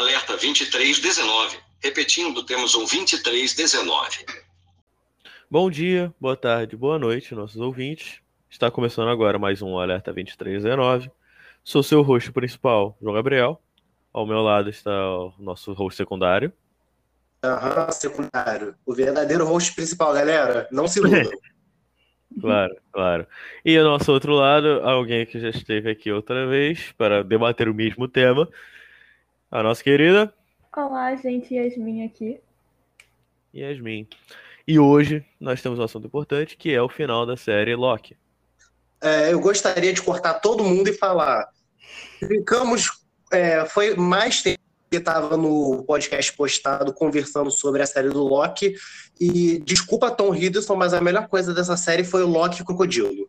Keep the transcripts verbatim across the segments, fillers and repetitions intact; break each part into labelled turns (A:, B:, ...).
A: Alerta vinte e três dezenove. Repetindo, temos um vinte e três dezenove.
B: Bom dia, boa tarde, boa noite, nossos ouvintes. Está começando agora mais um Alerta vinte e três dezenove. Sou seu host principal, João Gabriel. Ao meu lado está o nosso host secundário.
C: Aham, secundário. O verdadeiro host principal, galera. Não se iludam.
B: Claro, claro. E ao nosso outro lado, alguém que já esteve aqui outra vez para debater o mesmo tema. A nossa querida
D: Olá, gente, Yasmin aqui.
B: Yasmin. E hoje nós temos um assunto importante, que é o final da série Loki.
C: É, eu gostaria de cortar todo mundo e falar. Ficamos. É, foi mais tempo que estava no podcast postado conversando sobre a série do Loki. E desculpa, Tom Hiddleston, mas a melhor coisa dessa série foi o Loki Crocodilo.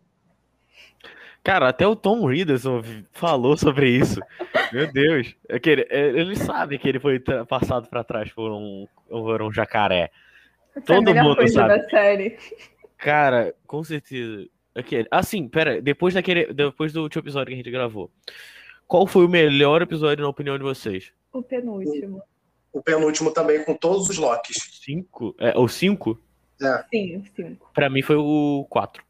B: Cara, até o Tom Hiddleston falou sobre isso. Meu Deus. É que ele, ele sabe que ele foi tra- passado pra trás por um, por um jacaré.
D: Essa é a
B: Todo
D: melhor
B: mundo
D: coisa
B: sabe.
D: da série.
B: Cara, com certeza. Aquele, assim, pera, depois daquele, depois do último episódio que a gente gravou, qual foi o melhor episódio na opinião de vocês?
D: O penúltimo.
C: O penúltimo também, com todos os Lokis.
B: Cinco? É, o cinco?
C: É.
D: Sim, o cinco.
B: Pra mim foi o quatro.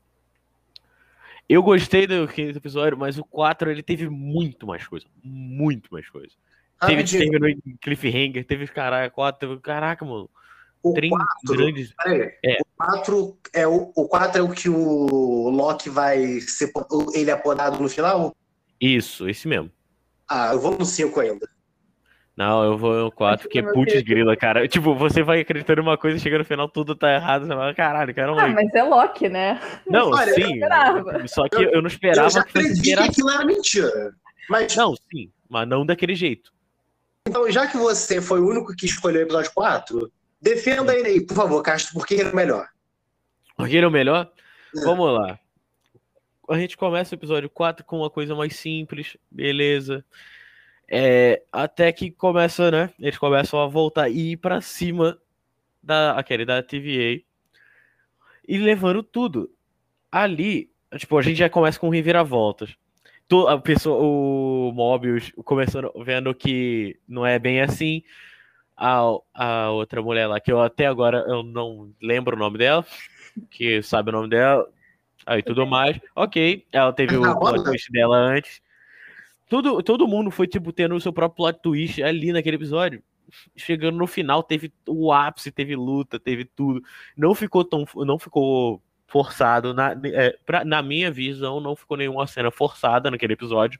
B: Eu gostei do quinto episódio, mas o quatro ele teve muito mais coisa. Muito mais coisa. Teve,
C: Rapidinho.
B: terminou em cliffhanger, teve caralho, quatro, teve, caraca, mano.
C: O
B: Trem
C: quatro,
B: grandes.
C: peraí,
B: É.
C: o quatro é o, o quatro é o que o Loki vai ser, ele é podado no final?
B: Isso, esse mesmo.
C: Ah, eu vou no cinco ainda.
B: Não, eu vou no quatro, porque
D: Continua,
B: putz
D: querido.
B: grila, cara. Tipo, você vai acreditando em uma coisa e chega no final tudo tá errado. Você fala, caralho, cara,
D: Ah, mas é Loki, né?
B: Não,
C: Olha, eu
B: sim.
D: esperava.
B: Só que eu não esperava
C: Eu já
B: que fosse
C: previ que
B: interação.
C: aquilo era mentira. Mas,
B: Não, sim, mas não daquele jeito.
C: então, já que você foi o único que escolheu o episódio quatro, defenda ele aí, por favor, Castro, porque ele é o melhor.
B: Porque ele é o melhor?
C: É.
B: Vamos lá. A gente começa o episódio quatro com uma coisa mais simples, beleza. É, até que começa, né? Eles começam a voltar e ir pra cima da, aquele, da T V A e levando tudo. Ali, tipo, a gente já começa com reviravoltas. To- A pessoa, o Mobius começando vendo que não é bem assim. A, a outra mulher lá, que eu até agora eu não lembro o nome dela, que sabe o nome dela, aí tudo mais. Ok, ela teve o plot twist dela antes. Tudo, todo mundo foi, tipo, tendo o seu próprio plot twist ali naquele episódio. Chegando no final, teve o ápice, teve luta, teve tudo. Não ficou tão, não ficou forçado. Na, é, pra, na minha visão, não ficou nenhuma cena forçada naquele episódio.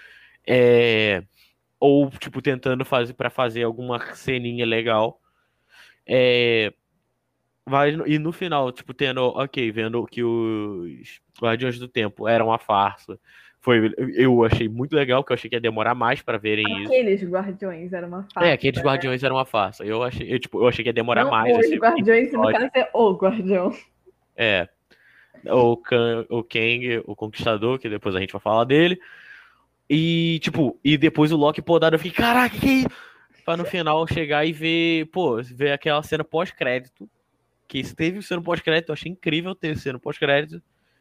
B: É, ou, tipo, tentando fazer para fazer alguma ceninha legal. É, vai, e no final, tipo, tendo, ok, vendo que os Guardiões do Tempo eram uma farsa. Foi, eu achei muito legal, porque eu achei que ia demorar mais pra verem isso.
D: Aqueles guardiões era uma farsa.
B: É, aqueles
D: né?
B: Guardiões eram uma farsa. Eu achei, eu, tipo, eu achei que ia demorar
D: Não
B: mais.
D: os
B: esse
D: guardiões, no
B: episódio.
D: caso é o guardião.
B: É. O, Kan, o Kang, o Conquistador, que depois a gente vai falar dele. E, tipo, e depois o Loki podado. Eu fiquei, caraca, que isso? Pra no final chegar e ver, pô, ver aquela cena pós-crédito. Que isso teve cena pós-crédito, eu achei incrível ter cena pós-crédito.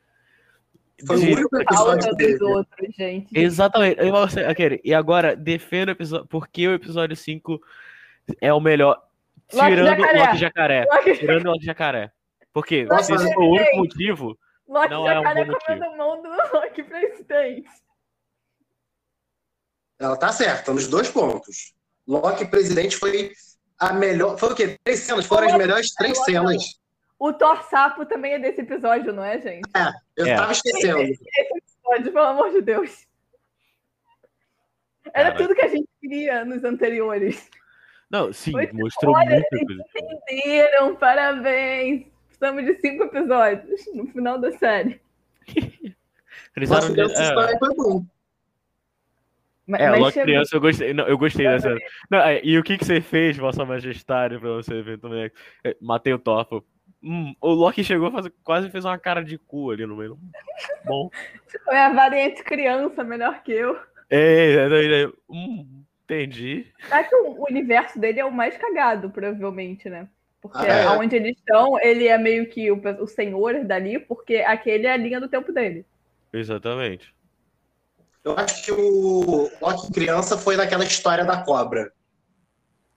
C: Foi o
B: De-
C: único
D: Falta
C: episódio
D: dos
C: dele.
D: outros, gente.
B: Exatamente. Eu, você- aquele, e agora, defenda o episódio. Porque o episódio cinco é o melhor.
D: Loki
B: Tirando o
D: Jacaré.
B: Loki Jacaré.
D: Loki,
B: Tirando o Loki Jacaré. Porque
C: Nossa,
B: se esse
D: mas-
B: for o único motivo.
D: Loki
B: Não é um
D: Jacaré
B: bom motivo.
D: comendo mão do Loki presidente.
C: Ela tá certa, nos dois pontos. Loki presidente foi a melhor. Foi o quê? Três cenas? Foram as melhores três
D: Loki-
C: cenas.
D: O Thor Sapo também é desse episódio, não é, gente?
C: É, eu
B: É.
C: tava esquecendo.
D: Episódio, pelo amor de Deus. Era
B: Caraca.
D: tudo que a gente queria nos anteriores.
B: Não, sim,
D: Foi tipo,
B: mostrou
D: olha,
B: muita
D: eles
B: coisa.
D: entenderam, parabéns. Precisamos de cinco episódios no final da série.
B: Precisaram
C: Nossa,
B: de-
C: essa história foi bom.
D: Mas,
B: É,
D: mas
B: logo
D: chegou-
B: criança eu gostei. Não, eu gostei dessa. Não, é, e o que, que você fez, Vossa Majestade, pra você ver também? É, matei o Thor. pô. Hum, o Loki chegou a fazer, quase fez uma cara de cu ali no meio. Bom.
D: Foi a variante criança melhor que eu.
B: É, é, é, é, hum, entendi.
D: Será que o universo dele é o mais cagado, provavelmente, né? Porque
C: Ah, é?
D: onde eles estão, ele é meio que o, o senhor dali, porque aquele é a linha do tempo dele.
B: Exatamente.
C: Eu acho que o Loki criança foi naquela história da cobra.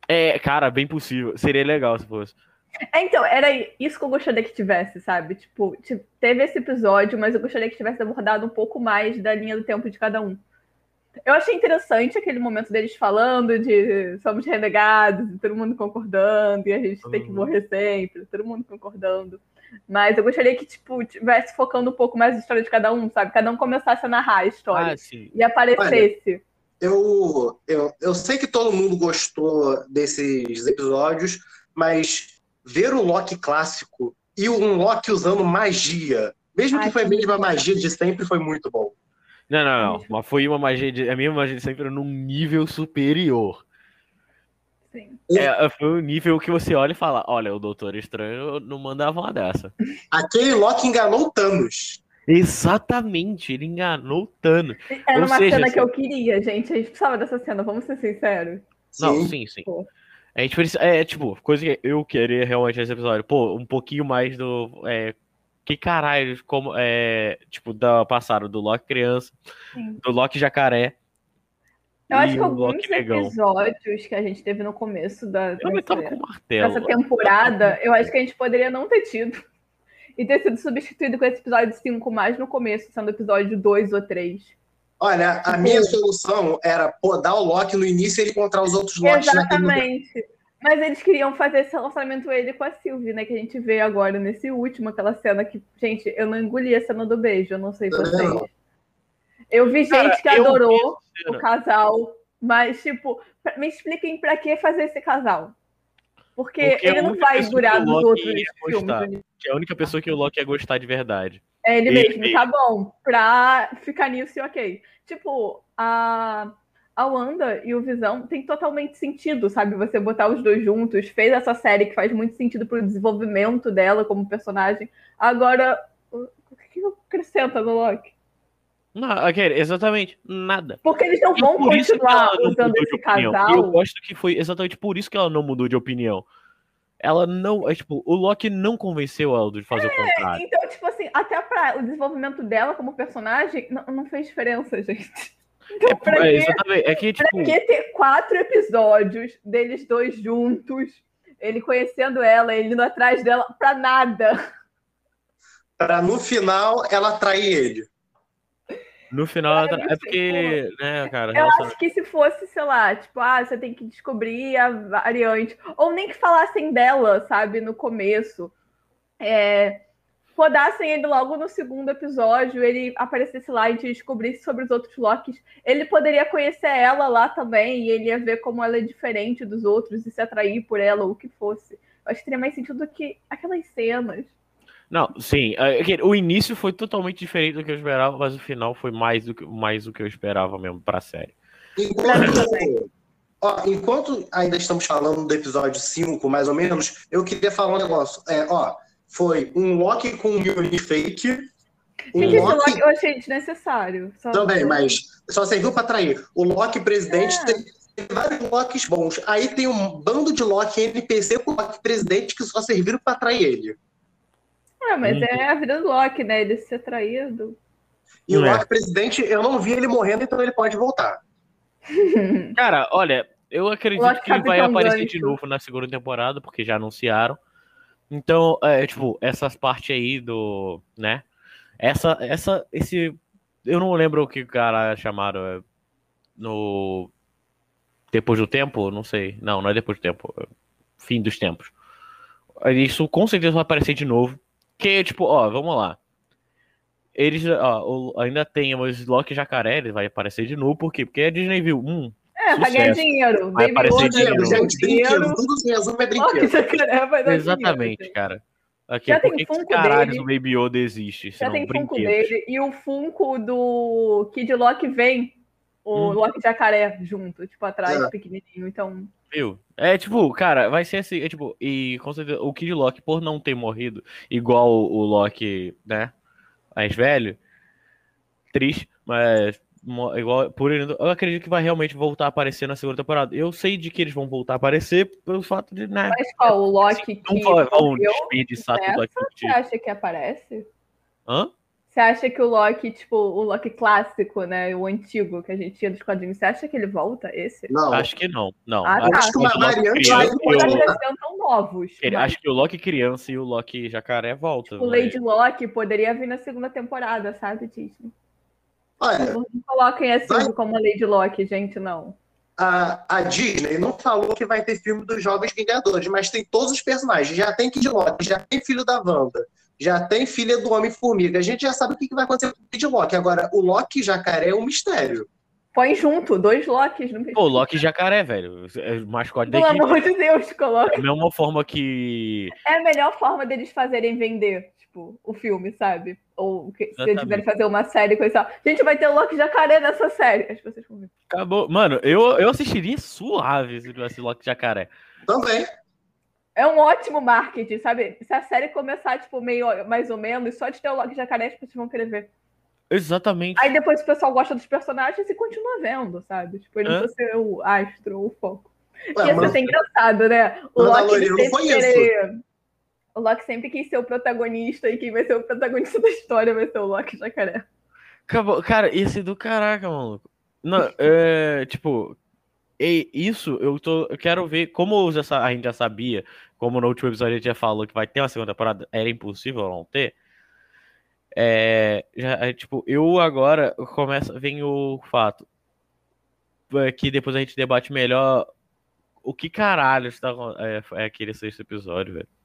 B: É, cara, bem possível. Seria legal se fosse.
D: É, então, era isso que eu gostaria que tivesse, sabe? Tipo, te- teve esse episódio, mas eu gostaria que tivesse abordado um pouco mais da linha do tempo de cada um. Eu achei interessante aquele momento deles falando de somos renegados, e todo mundo concordando, e a gente tem que
B: Uhum.
D: morrer sempre, todo mundo concordando. Mas eu gostaria que, tipo, tivesse focando um pouco mais na história de cada um, sabe? Cada um começasse a narrar a história
B: Ah, sim.
D: e aparecesse.
C: Eu, eu, eu sei que todo mundo gostou desses episódios, mas ver o Loki clássico e um Loki usando magia, mesmo que
D: Ai,
C: foi a
D: foi
C: mesma
D: muito
C: magia de sempre, foi muito bom.
B: Não, não,
D: Foi
B: não.
D: muito
B: Mas foi uma magia de. A mesma magia de sempre num nível superior.
D: Sim.
B: É, foi um nível que você olha e fala: olha, o Doutor Estranho não mandava uma dessa.
C: Aquele Loki enganou o Thanos.
B: Exatamente, ele enganou o Thanos.
D: Era
B: Ou
D: uma
B: seja,
D: cena
B: assim,
D: que eu queria, gente. A gente precisava dessa cena, vamos ser sinceros.
B: não,
C: Sim.
B: sim, sim.
D: Pô.
B: A gente precisa. É, tipo, coisa que eu queria realmente nesse episódio. Pô, um pouquinho mais do. É, que caralho, como. É, tipo, da passada do Loki criança,
D: Sim.
B: do Loki jacaré.
D: Eu acho
B: E
D: que
B: o
D: alguns
B: Loki negão.
D: episódios que a gente teve no começo da,
B: Eu também tava com
D: dessa,
B: o martelo.
D: dessa temporada, eu acho que a gente poderia não ter tido. E ter sido substituído com esse episódio cinco mais no começo, sendo episódio dois ou três.
C: Olha, a minha solução era podar o Loki no início e ele encontrar os outros Lokis naquele lugar.
D: Exatamente. Mas eles queriam fazer esse relacionamento ele com a Sylvie, né? Que a gente vê agora nesse último, aquela cena que, gente, eu não engoli a cena do beijo, eu não sei vocês.
C: Não.
D: Eu vi gente
B: Cara,
D: que
B: eu
D: adorou
B: vi essa
D: o
B: cena.
D: casal, mas, tipo, pra- me expliquem pra que fazer esse casal. Porque,
B: Porque é
D: ele
B: a
D: não
B: única
D: vai
B: pessoa
D: durar
B: que o
D: nos
B: Loki
D: outros
B: ia
D: filmes.
B: gostar. Que é a única pessoa que o Loki ia gostar de verdade.
D: É ele,
B: Ele
D: mesmo,
B: mesmo.
D: tá bom. Pra ficar nisso, ok. Tipo, a, a Wanda e o Visão tem totalmente sentido, sabe? Você botar os dois juntos. Fez essa série que faz muito sentido pro desenvolvimento dela como personagem. Agora, o o que que acrescenta no Loki?
B: Não, aquele, exatamente, nada.
D: Porque eles não
B: E
D: vão
B: por isso que
D: continuar
B: ela não
D: usando
B: mudou de
D: esse
B: opinião.
D: casal.
B: E eu gosto que foi exatamente por isso que ela não mudou de opinião. Ela não. É, tipo, o Loki não convenceu ela de fazer o contrário.
D: Então, tipo assim, até pra o desenvolvimento dela como personagem, não, não fez diferença, gente. Então,
B: É,
D: pra
B: é,
D: quê?
B: exatamente. É que, tipo.
D: Pra que ter quatro episódios deles dois juntos, ele conhecendo ela, ele indo atrás dela, pra nada?
C: Pra no final ela trair ele.
B: No final,
D: Sabe,
B: é porque, né, cara,
D: Eu
B: relaciona-
D: acho que se fosse, sei lá, tipo, ah, você tem que descobrir a variante, ou nem que falassem dela, sabe, no começo, é, rodassem ele logo no segundo episódio, ele aparecesse lá e a gente descobrisse sobre os outros Lokis, ele poderia conhecer ela lá também, e ele ia ver como ela é diferente dos outros, e se atrair por ela, ou o que fosse. Eu acho que teria mais sentido do que aquelas cenas.
B: Não, sim. é que O início foi totalmente diferente do que eu esperava, mas o final foi mais do que, mais do que eu esperava mesmo pra série.
C: Enquanto, ó, enquanto ainda estamos falando do episódio cinco, mais ou menos, eu queria falar um negócio. É, ó, foi um Loki com um Mjolnir fake. Um
D: Gente, esse
C: Loki
D: Loki eu achei desnecessário. Só-
C: também, mas só serviu para trair. O Loki presidente
D: É.
C: tem, tem vários Lokis bons. Aí tem um bando de Loki N P C com o Loki presidente que só serviram para trair ele.
D: É, mas
B: Uhum.
D: é a vida do Loki, né? Ele ser traído.
C: E o
B: É.
C: Loki presidente, eu não vi ele morrendo, então ele pode voltar.
B: Cara, olha, eu acredito
D: Loki
B: que ele vai
D: Capitão
B: aparecer
D: Gancho.
B: de novo na segunda temporada, porque já anunciaram. Então, é, tipo, essas partes aí do, né? Essa, essa, esse, eu não lembro o que o cara chamaram é, no Depois do Tempo, não sei. Não, não é Depois do Tempo, é Fim dos Tempos. Isso com certeza vai aparecer de novo. Que, tipo, ó, vamos lá. Eles, ó, o- ainda tem o Loki Jacaré, ele vai aparecer de novo, por quê? Porque a Disney viu, hum,
D: É, pra ganhar
B: Sucesso.
D: dinheiro.
B: Vai
D: Baby
B: aparecer
D: Yoda,
B: dinheiro,
C: Brinquedo,
D: ganhando
C: gente, brinquedo.
D: dinheiro.
C: Tudo em resumo é
D: Loki
C: brinquedo.
D: Jacaré vai dar
B: exatamente,
D: dinheiro.
B: cara. Aqui,
D: Já
B: por
D: tem
B: que, que
D: Funko
B: caralho
D: dele.
B: o Baby Yoda existe? Se
D: Já
B: não
D: tem Funko
B: brinquedos.
D: dele. E o Funko do Kid Loki vem o
B: Hum.
D: Loki Jacaré junto, tipo, atrás,
C: É.
D: pequenininho. Então,
B: Viu? É tipo, cara, vai ser assim, é tipo, e com certeza o Kid Loki, por não ter morrido, igual o Loki, né, mais velho, triste, mas mo- igual, por ele, eu acredito que vai realmente voltar a aparecer na segunda temporada. Eu sei de que eles vão voltar a aparecer pelo fato de, né,
D: mas qual? O Loki
B: não
D: que
B: vão vão
D: morreu
B: desperdiçar tudo
D: nessa?
B: aquilo
D: Você
B: de...
D: acha que aparece?
B: Hã?
D: Você acha que o Loki, tipo, o Loki clássico, né? O antigo que a gente tinha dos quadrinhos, você acha que ele volta esse?
C: Não.
B: Acho que não. Não.
D: Ah, tá.
C: Acho que uma
B: o Loki
C: variante
B: criança
C: dele
B: e
C: pode
B: o-
D: Eles
C: voltar.
D: acrescentam novos.
B: ele-
D: mas
B: Acho que o Loki criança e o Loki jacaré voltam.
D: o
B: mas-
D: Lady Loki poderia vir na segunda temporada, sabe, Disney?
C: Olha,
D: Não coloquem a Sylvie
C: vai-
D: como a Lady Loki, gente, não.
C: a, a Disney não falou que vai ter filme dos Jovens Vingadores, mas tem todos os personagens. Já tem Kid Loki, já tem filho da Wanda, já tem filha do Homem-Formiga. A gente já sabe o que que vai acontecer com o Kid Loki. Agora, o Loki jacaré é um mistério.
D: Põe junto, dois Lokis no mesmo.
B: Pô, Loki jacaré, velho. É o mascote da
D: Pelo
B: equipe.
D: amor de Deus, coloca.
B: Da mesma forma que.
D: É a melhor forma deles fazerem vender, tipo, o filme, sabe? Ou que, se eles
B: Exatamente.
D: quiserem fazer uma série com isso. ó, gente, vai ter o Loki jacaré nessa série. As pessoas vão ver.
B: Acabou. Mano, eu, eu assistiria suave se tivesse Loki jacaré.
C: Também.
D: É um ótimo marketing, sabe? Se a série começar, tipo, meio mais ou menos, só de ter o Loki jacaré, as pessoas vão querer ver.
B: Exatamente.
D: Aí depois o pessoal gosta dos personagens e continua vendo, sabe? Tipo, ele não
B: Hã?
D: precisa ser o astro ou o foco.
C: Ué,
D: Ia
C: mas-
D: ser engraçado, né? O Loki
C: Mandaloriano
D: sempre
C: foi isso.
D: querer... O Loki sempre quis ser o protagonista e quem vai ser o protagonista da história vai ser o Loki jacaré.
B: Acabou. Cara, esse do caraca, maluco. Não, é. Tipo. E isso, eu tô. Eu quero ver. Como eu já sa- a gente já sabia, como no último episódio a gente já falou que vai ter uma segunda temporada, era impossível não ter. É. Já, é, tipo, eu agora começo. Vem o fato. É, que depois a gente debate melhor. O que caralho está, é, é aquele sexto episódio, velho.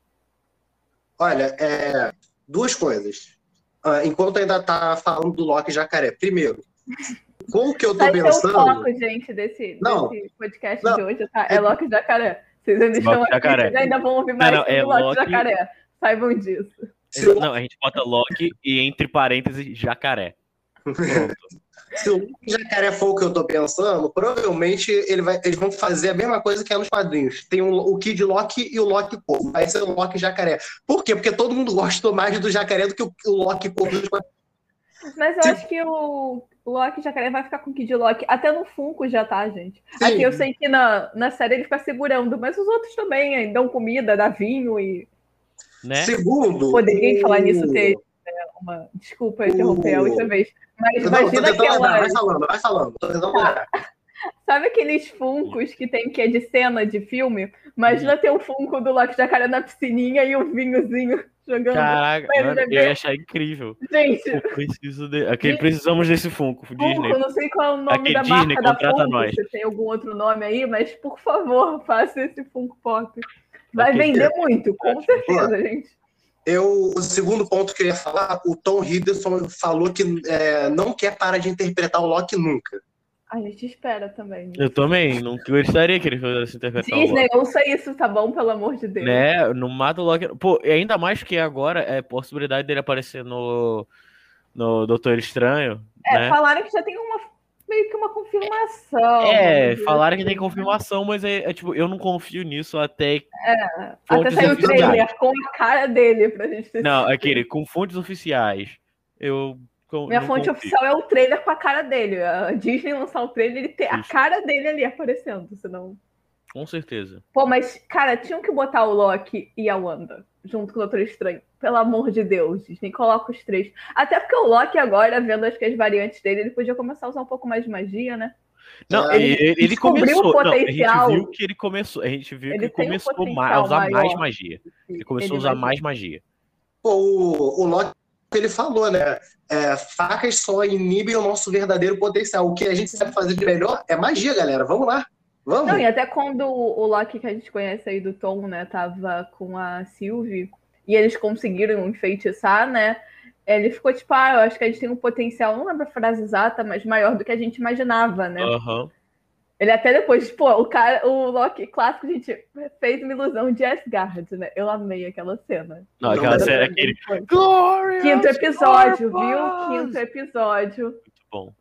C: Olha, é, duas coisas. Ah, enquanto ainda tá falando do Loki jacaré. Primeiro, com o que eu tô
D: Vai ser o
C: pensando...
D: foco, gente, desse,
C: Não.
D: desse podcast
C: Não.
D: de hoje, tá? É Loki jacaré. Vocês ainda estão
B: Loki
D: aqui,
B: jacaré.
D: vocês ainda vão ouvir mais
B: Não, não,
D: sobre
B: é
D: o Loki,
B: Loki-
D: jacaré. Saibam disso.
C: Se o,
B: Não, a gente bota Loki e entre parênteses jacaré. Pronto.
C: se o Loki jacaré for o que eu tô pensando, provavelmente ele vai, eles vão fazer a mesma coisa que é nos quadrinhos. Tem o, o Kid Loki e o Loki Corvo. Vai ser o Loki jacaré. Por quê? Porque todo mundo gostou mais do jacaré do que o, o Loki Corvo dos quadrinhos.
D: Mas eu
C: Sim.
D: acho que o Loki jacaré vai ficar com o Kid Loki. Até no Funko já tá, gente.
C: Sim.
D: Aqui eu sei que na, na série ele fica segurando, mas os outros também hein, dão comida, dá vinho e.
B: Né?
C: Segundo...
D: Poderia
C: o-
D: falar nisso ter uma. Desculpa interromper a
C: O-
D: outra vez. Mas
C: Não, tô
D: imagina
C: tentando lembrar.
D: aquela.
C: Vai falando, vai falando. Tô tentando lembrar.
D: Sabe aqueles funcos que tem que é de cena de filme? Imagina ter o funko do Loki jacaré na piscininha e o vinhozinho jogando.
B: Caraca,
D: Mas
B: mano,
D: ele
B: eu
D: é
B: ia achar incrível.
D: Gente,
B: Eu preciso de... Aqui, precisamos desse Funko,
D: Funko,
B: Disney.
D: eu não sei qual é o nome
B: Aqui,
D: da
B: Disney,
D: marca da
B: contrata
D: Funko,
B: nós.
D: se tem algum outro nome aí, mas por favor, faça esse Funko Pop. Vai
B: Ok.
D: vender muito, com certeza, gente.
C: Eu, o segundo ponto que eu ia falar, o Tom Hiddleston falou que é, não quer parar de interpretar o Loki nunca.
D: A gente espera também.
B: Eu também, não gostaria que ele fizesse interpretar o
D: Disney,
B: Loki.
D: ouça isso, tá bom? Pelo amor de Deus.
B: Né? Não mata o Loki. Pô, e ainda mais que agora é possibilidade dele aparecer no, no Doutor Estranho.
D: É,
B: né?
D: falaram que já tem uma meio que uma confirmação.
B: É,
D: vamos dizer
B: falaram que tem
D: assim.
B: confirmação, mas é, é tipo, eu não confio nisso até.
D: Até
B: fontes
D: saiu o
B: oficiais.
D: trailer com a cara dele pra gente ter
B: Não,
D: certeza.
B: aquele, com fontes oficiais. Eu. com-
D: Minha
B: não
D: fonte
B: confio.
D: oficial é o trailer com a cara dele. A Disney lançar o trailer e ele ter a
B: Isso.
D: cara dele ali aparecendo, senão.
B: Com certeza.
D: Pô, mas, cara, tinham que botar o Loki e a Wanda junto com o Doutor Estranho. Pelo amor de Deus, Disney, coloca os três. Até porque o Loki agora, vendo acho que as variantes dele, ele podia começar a usar um pouco mais de magia, né?
B: Não,
C: É,
B: ele, ele
D: descobriu
B: começou.
D: o
B: Não, a gente
D: potencial.
B: viu que ele começou. A gente viu
D: Ele
B: que
D: tem um
B: começou
D: potencial
B: ma- a usar mais
D: maior.
B: magia. Ele começou
D: Ele
B: a usar
D: vai-
B: mais magia.
C: Pô, o, o Loki, ele falou, né? É, facas só inibem o nosso verdadeiro potencial. O que a gente sabe fazer de melhor é magia, galera. Vamos lá. Vamos.
D: Não, e até quando o Loki que a gente conhece aí do Tom, né, tava com a Sylvie e eles conseguiram enfeitiçar, né? Ele ficou tipo, ah, eu acho que a gente tem um potencial, não lembro a frase exata, mas maior do que a gente imaginava, né?
B: Aham.
D: Ele até depois, pô, o cara, o Loki clássico, a gente fez uma ilusão de Asgard, né? Eu amei aquela cena.
B: Não, aquela
C: Não,
B: cena,
C: não,
B: aquele.
D: Foi.
B: Glorious
D: Quinto episódio,
B: Purpose!
D: viu? Quinto episódio.
B: Muito bom.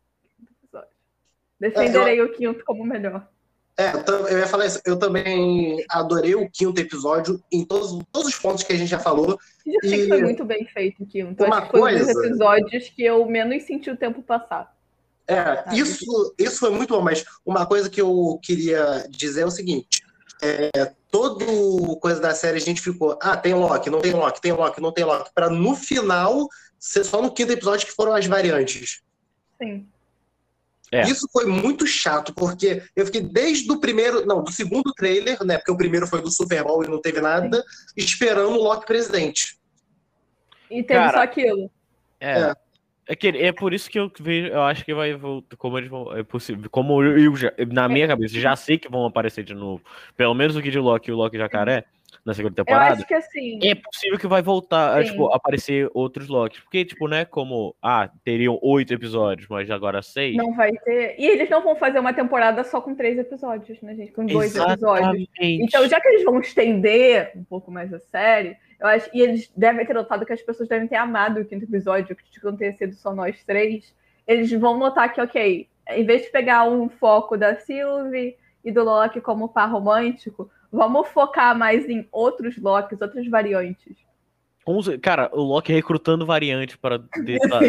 D: Defenderei o quinto como o melhor.
C: É, eu tam- eu ia falar isso. Eu também adorei o quinto episódio em todos, todos os pontos que a gente já falou.
D: Eu achei que
C: E
D: foi muito bem feito o quinto.
C: uma
D: Acho que foi um dos
C: coisa-
D: episódios que eu menos senti o tempo passar.
C: É, isso, isso foi muito bom, mas uma coisa que eu queria dizer é o seguinte: é, todo coisa da série a gente ficou, ah, tem Loki, não tem Loki, tem Loki, não tem Loki, para no final ser só no quinto episódio que foram as variantes.
D: Sim.
B: É.
C: Isso foi muito chato, porque eu fiquei desde o primeiro, não, do segundo trailer, né, porque o primeiro foi do Super Bowl e não teve nada, esperando o Loki presidente.
D: E teve
B: Cara,
D: só aquilo.
B: É.
C: É.
B: É, que, é por isso que eu vejo, eu acho que vai voltar, como eles vão, é possível, como eu, eu já, na minha cabeça, já sei que vão aparecer de novo, pelo menos o Kid Loki e o Loki Jacaré, na segunda
D: Eu
B: temporada,
D: acho que assim.
B: é possível que vai voltar, a,
D: Sim.
B: tipo, aparecer outros Lokis, porque, tipo, né, como, ah, teriam oito episódios, mas agora seis.
D: Não vai ter. E eles não vão fazer uma temporada só com três episódios, né, gente? Com dois episódios.
B: Exatamente.
D: Então, já que eles vão estender um pouco mais a série, eu acho. E eles devem ter notado que as pessoas devem ter amado o quinto episódio, que não ter sido só nós três. Eles vão notar que, ok, em vez de pegar um foco da Sylvie e do Loki como par romântico, vamos focar mais em outros Lokis, outras variantes.
B: Cara, o Loki recrutando variante para descer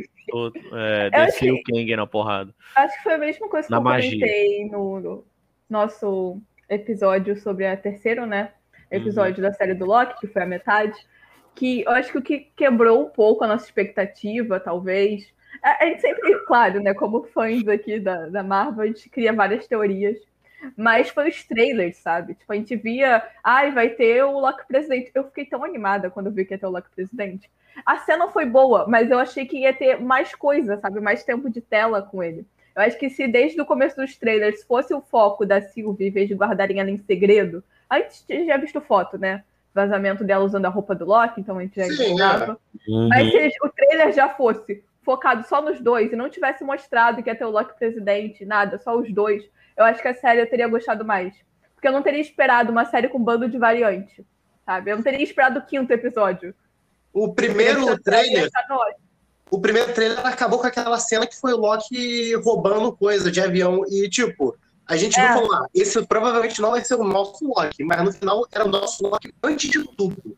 B: o Kang na porrada.
D: Acho que foi a mesma coisa que
B: na
D: eu
B: magia.
D: comentei no, no nosso episódio sobre a terceira, né? Episódio uhum. da série do Loki, que foi a metade. Que eu acho que o que quebrou um pouco a nossa expectativa, talvez. A, a gente sempre, claro, né? Como fãs aqui da, da Marvel, a gente cria várias teorias. Mas foi os trailers, sabe? Tipo, a gente via, ai, vai ter o Loki presidente. Eu fiquei tão animada quando eu vi que ia ter o Loki presidente. A cena foi boa, mas eu achei que ia ter mais coisa, sabe? Mais tempo de tela com ele. Eu acho que se desde o começo dos trailers fosse o foco da Sylvie, em vez de guardarem ela em segredo, a gente já visto foto, né? Vazamento dela usando a roupa do Loki, então a gente já imaginava.
B: Uhum.
D: Mas se o trailer já fosse focado só nos dois e não tivesse mostrado que ia ter o Loki presidente, nada, só os dois, eu acho que a série eu teria gostado mais. Porque eu não teria esperado uma série com um bando de variante, sabe? Eu não teria esperado o quinto episódio.
C: O primeiro trailer... O primeiro trailer acabou com aquela cena que foi o Loki roubando coisa de avião. E, tipo, a gente é. viu falar, esse provavelmente não vai ser o nosso Loki, mas no final era o nosso Loki antes de tudo.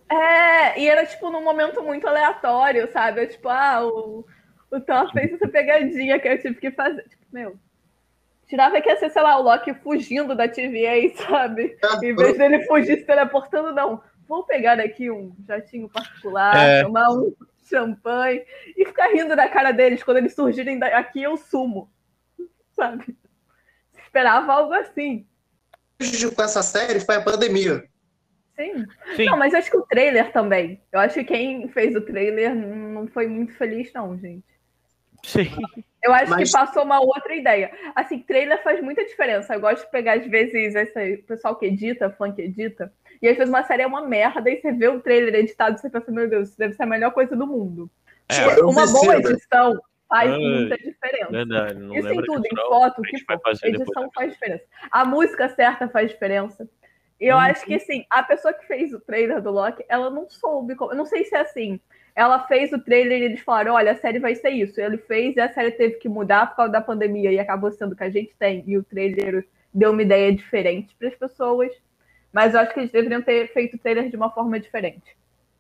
D: É, e era, tipo, num momento muito aleatório, sabe? Eu, tipo, ah, o, o Thor fez essa pegadinha que eu tive que fazer. Tipo, meu... Tirava que ia ser, sei lá, o Loki fugindo da T V A, sabe? Em vez dele fugir se teleportando, não. Vou pegar aqui um jatinho particular, é. tomar um champanhe e ficar rindo da cara deles quando eles surgirem daqui, eu sumo. Sabe? Esperava algo assim.
C: Com essa série foi a pandemia.
D: Sim.
B: Sim.
D: Não, mas acho que o trailer também. Eu acho que quem fez o trailer não foi muito feliz, não, gente.
B: Sim.
D: Eu acho
C: Mas...
D: que passou uma outra ideia. Assim, trailer faz muita diferença. Eu gosto de pegar, às vezes, esse pessoal que edita, fã que edita, e às vezes uma série é uma merda, e você vê o trailer editado e você pensa, meu Deus, isso deve ser a melhor coisa do mundo.
B: É,
D: tipo, uma boa
C: percebo.
D: edição faz
B: Ai,
D: muita diferença.
B: Verdade, não
D: Isso em
B: lembro
D: tudo,
B: disso,
D: em
B: não.
D: foto,
B: A
D: o
B: gente
D: que
B: vai
D: for.
B: fazer
D: Edição
B: depois.
D: faz diferença. A música certa faz diferença. E eu
B: Uhum.
D: acho que, assim, a pessoa que fez o trailer do Loki, ela não soube como... Eu não sei se é assim. Ela fez o trailer e eles falaram, olha, a série vai ser isso. Ele fez e a série teve que mudar por causa da pandemia e acabou sendo o que a gente tem. E o trailer deu uma ideia diferente para as pessoas. Mas eu acho que eles deveriam ter feito o trailer de uma forma diferente.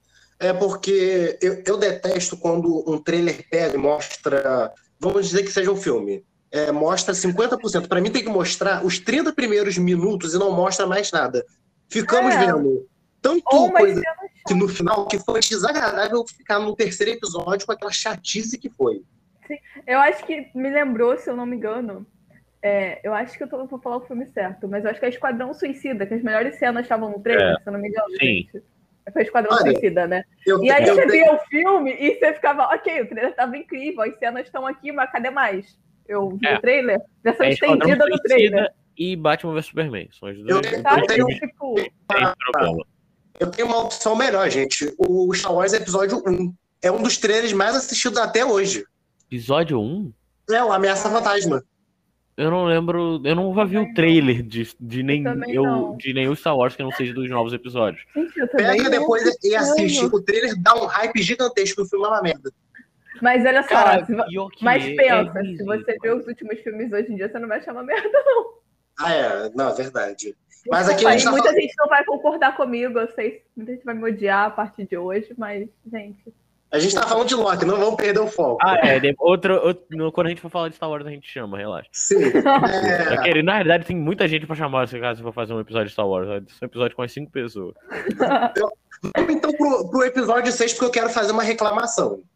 C: É porque eu, eu detesto quando um trailer pega e mostra... Vamos dizer que seja um filme. É, mostra cinquenta por cento. Para mim tem que mostrar os trinta primeiros minutos e não mostra mais nada. Ficamos
D: É.
C: vendo tanto
D: Ou
C: coisa que no final que foi desagradável ficar no terceiro episódio com aquela chatice que foi.
D: Sim. Eu acho que me lembrou, se eu não me engano, é, eu acho que eu tô, vou falar o filme certo, mas eu acho que é Esquadrão Suicida, que as melhores cenas estavam no trailer,
B: É.
D: se eu não me engano,
B: Sim.
D: gente. Foi Esquadrão
C: Olha,
D: Suicida, né?
C: Eu,
D: E aí
C: eu
D: você
C: tenho-
D: via o filme e você ficava, ok, o trailer tava incrível, as cenas estão aqui, mas cadê mais? Eu vi
B: É.
D: o trailer, versão
B: É Esquadrão
D: estendida do trailer.
B: Suicida e Batman versus Superman. São os
C: Eu
B: dois.
C: tenho-
D: Sabe?
C: eu tenho-
D: Tipo,
B: Sem problema.
C: Eu tenho uma opção melhor, gente. O Star Wars Episódio um. É um dos trailers mais assistidos até hoje.
B: Episódio um?
C: É o Ameaça Fantasma.
B: Eu não lembro. Eu nunca vi o trailer de, de, nem,
D: também
B: eu,
D: não.
B: de nenhum Star Wars que não seja dos novos episódios.
D: gente, eu também
C: Pega
D: não
C: depois e assiste.
D: amo.
C: O trailer dá um hype gigantesco. O filme é uma merda.
D: Mas olha só,
B: Cara,
D: se vo-
B: pior que
D: mas
B: é,
D: pensa,
B: é
D: se
B: isso,
D: você vê
B: cara.
D: os últimos filmes hoje em dia, você não vai achar uma merda.
C: Ah, é. Não, é verdade. Mas aqui
D: Desculpa
C: a
D: aí,
C: gente tá
D: muita
C: falando...
D: gente não vai concordar comigo, eu sei, muita gente vai me odiar a partir de hoje, mas, gente...
C: A gente tá falando de Loki, não vamos perder o foco.
B: Ah, é. de- Outro, outro, no- quando a gente for falar de Star Wars, a gente chama, relaxa.
C: Sim. É...
B: Aquele, na realidade, tem muita gente pra chamar se caso for fazer um episódio de Star Wars. Vai ser um episódio com as cinco pessoas.
C: Vamos então pro, pro episódio seis, porque eu quero fazer uma reclamação.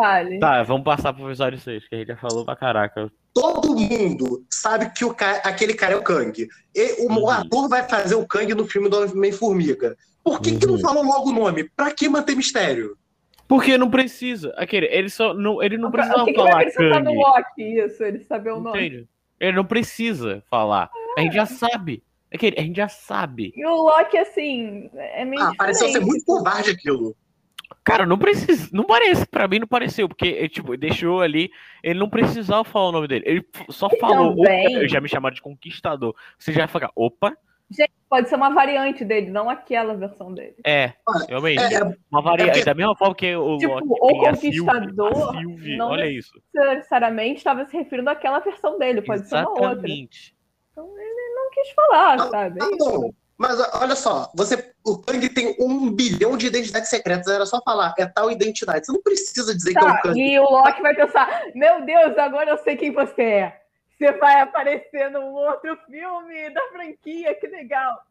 D: Fale.
B: Tá, vamos passar pro episódio seis, que a gente já falou pra caraca.
C: Todo mundo sabe que o ca... aquele cara é o Kang. E o
B: Uhum.
C: ator vai fazer o Kang no filme do Homem-Formiga. Por que, que não
B: Uhum.
C: falou logo o nome? Pra que manter mistério?
B: Porque não precisa. Aquele, ele só não, ele não
D: O
B: precisa
D: que, que vai
B: falar
D: acrescentar no
B: Kang.
D: Loki isso? Ele saber o nome.
B: Entende? Ele não precisa falar. A gente já sabe. Aquele, a gente já sabe.
D: E o Loki, assim, é meio
C: Ah, pareceu ser
D: diferente.
C: muito covarde aquilo.
B: Cara, não precisa. Não parece. Pra mim não pareceu. Porque, ele, tipo, deixou ali. Ele não precisava falar o nome dele. Ele só
D: E
B: falou.
D: também-
B: Opa, já me chamaram de conquistador. Você já vai falar, opa,
D: Gente, pode ser uma variante dele, não aquela versão dele.
B: é.
C: Olha,
B: Realmente.
C: É, é,
B: Uma variante.
C: é porque-
B: Da mesma forma que o
D: Tipo,
B: Loki
D: o
B: tem a Sylvie,
D: Conquistador
B: a Sylvie,
D: não
B: olha isso.
D: necessariamente estava se referindo àquela versão dele, pode ser uma outra.
B: Exatamente.
D: Então ele não quis falar, sabe?
C: tá
D: É isso.
C: bom. Mas olha só, você, o Kang tem um bilhão de identidades secretas, era só falar, é tal identidade. Você não precisa dizer que é
D: Tá,
C: o Kang.
D: e o Loki vai pensar, meu Deus, agora eu sei quem você é. Você vai aparecer num outro filme da franquia, que legal.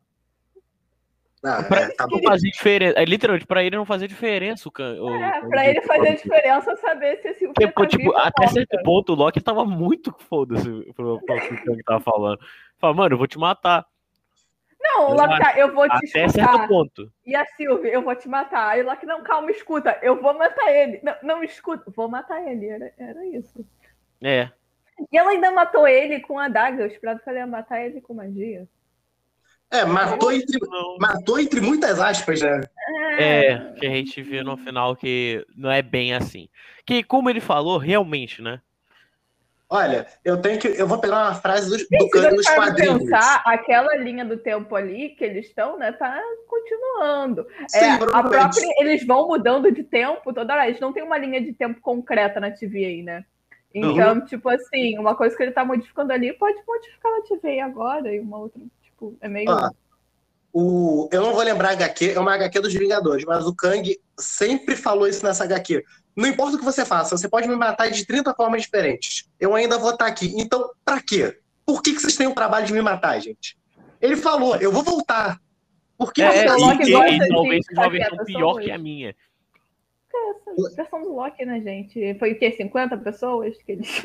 C: Ah,
B: Pra,
C: é, tá bom.
B: não fazer diferença. É, literalmente, pra ele não fazer diferença o Kang. o
D: É,
B: Kang
D: pra ele fazer diferença saber se esse filme
B: Porque,
D: tá
B: tipo,
D: vivo ou
B: até
D: morto.
B: certo ponto, o Loki tava muito foda-se pro, pro que o Kang tava falando. Fala, mano, eu vou te matar.
D: Não, o
B: Eu
D: Loki tá, eu vou te
B: Até certo
D: escutar.
B: ponto.
D: E a Sylvie, eu vou te matar. Aí o Loki, não, calma, escuta, eu vou matar ele. Não, não escuta, vou matar ele. Era, era isso.
B: É.
D: E ela ainda matou ele com a adaga. Eu esperava que ela ia matar ele com magia.
C: É, matou entre,
B: Não.
C: matou entre muitas aspas, né?
B: É, que a gente vê no final que não é bem assim. Que, como ele falou, realmente, né?
C: Olha, eu tenho que. Eu vou pegar uma frase do, do
D: Se
C: Kang
D: você
C: nos
D: parar pra
C: quadrinhos.
D: pensar, aquela linha do tempo ali que eles estão, né, tá continuando.
C: Sim,
D: É, a
C: provavelmente.
D: própria, eles vão mudando de tempo toda hora. Eles não tem uma linha de tempo concreta na T V aí, né? Então, tipo assim, uma coisa que ele tá modificando ali pode modificar na T V agora e uma outra, tipo, é meio.
C: Ó, o, eu não vou lembrar a H Q, é uma H Q dos Vingadores, mas o Kang sempre falou isso nessa H Q. Não importa o que você faça, você pode me matar de trinta formas diferentes. Eu ainda vou estar aqui. Então, pra quê? Por que, que vocês têm o trabalho de me matar, gente? Ele falou, eu vou voltar. Por que
B: É,
C: você
B: é,
C: tá
D: o
B: e,
D: Loki
B: e-
D: gosta
B: e
D: de
B: talvez seja uma
D: ficar
B: versão
D: quieto,
B: pior
D: só
B: que a
D: hoje.
B: minha.
D: Essa versão do Loki, né, gente? Foi o quê? cinquenta pessoas que eles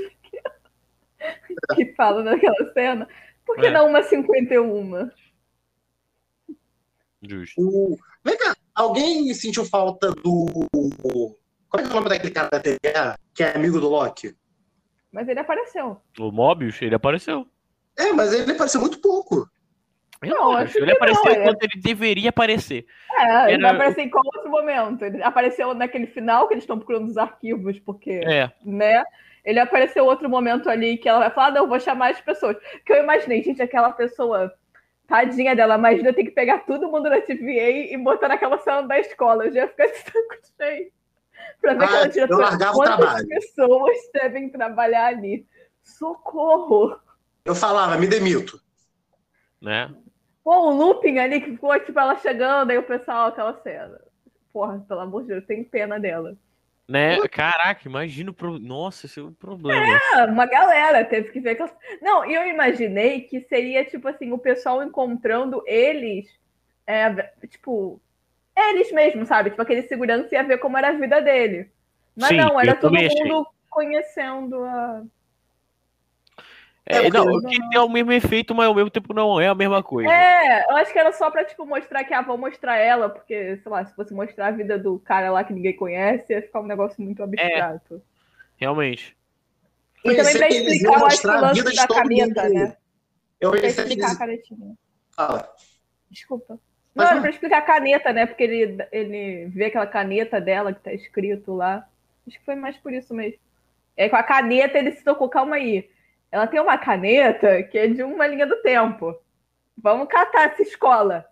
D: que falam naquela cena? Por que
B: É.
D: não uma cinquenta e uma?
B: Justo.
C: O... Vem cá, alguém sentiu falta do. Como é que é o nome daquele cara da T V A, que é amigo do Loki?
D: Mas ele apareceu.
B: O Mobius, ele apareceu.
C: É, mas ele apareceu muito pouco.
B: Eu
D: Não,
B: acho.
D: acho
B: Ele
D: que
B: apareceu
D: não, é.
B: quando ele deveria aparecer.
D: É, ele
B: Era-
D: vai aparecer em qual outro momento? Ele apareceu naquele final que eles estão procurando os arquivos, porque,
B: É.
D: né? Ele apareceu outro momento ali que ela vai falar, não, eu vou chamar as pessoas. Que eu imaginei, gente, aquela pessoa, tadinha dela, imagina ter que pegar todo mundo na T V A e botar naquela sala da escola. Eu já ia ficar de saco cheio. Pra ver
C: Ah,
D: aquela
C: eu
D: diretora.
C: largava o
D: Quantas
C: trabalho.
D: pessoas devem trabalhar ali? Socorro!
C: Eu falava, me demito.
B: Né?
D: Pô, o looping ali que ficou, tipo, ela chegando, aí o pessoal, aquela cena. Porra, pelo amor de Deus, tem pena dela.
B: Né? Caraca, imagina o pro... Nossa, esse é o problema.
D: Ah, uma galera teve que ver aquelas... Não, e eu imaginei que seria, tipo assim, o pessoal encontrando eles, é, tipo, eles mesmos, sabe? Tipo, aquele segurança ia ver como era a vida dele. Mas
B: Sim,
D: não, era
B: eu
D: todo
B: também achei.
D: mundo conhecendo a...
B: É,
C: É,
B: não,
C: porque-
B: que tem o mesmo efeito, mas ao mesmo tempo não é a mesma coisa.
D: É, eu acho que era só pra, tipo, mostrar que, ah, vou mostrar ela, porque, sei lá, se fosse mostrar a vida do cara lá que ninguém conhece, ia ficar um negócio muito abstrato.
B: Realmente.
D: E também
C: Pensei
D: pra
C: que eles iam
D: explicar, eu acho que
C: mostrar
D: o
C: a vida
D: lance
C: de
D: da
C: todo
D: caneta,
C: mundo.
D: né?
C: Eu
D: Pra
C: pensei que
D: explicar a
C: eles...
D: canetinha.
C: Fala.
D: Desculpa. Não,
C: Mas
D: era
C: não.
D: pra explicar a caneta, né? Porque ele, ele vê aquela caneta dela que tá escrito lá. Acho que foi mais por isso mesmo. É, com a caneta ele se tocou, calma aí. Ela tem uma caneta que é de uma linha do tempo. Vamos catar essa escola.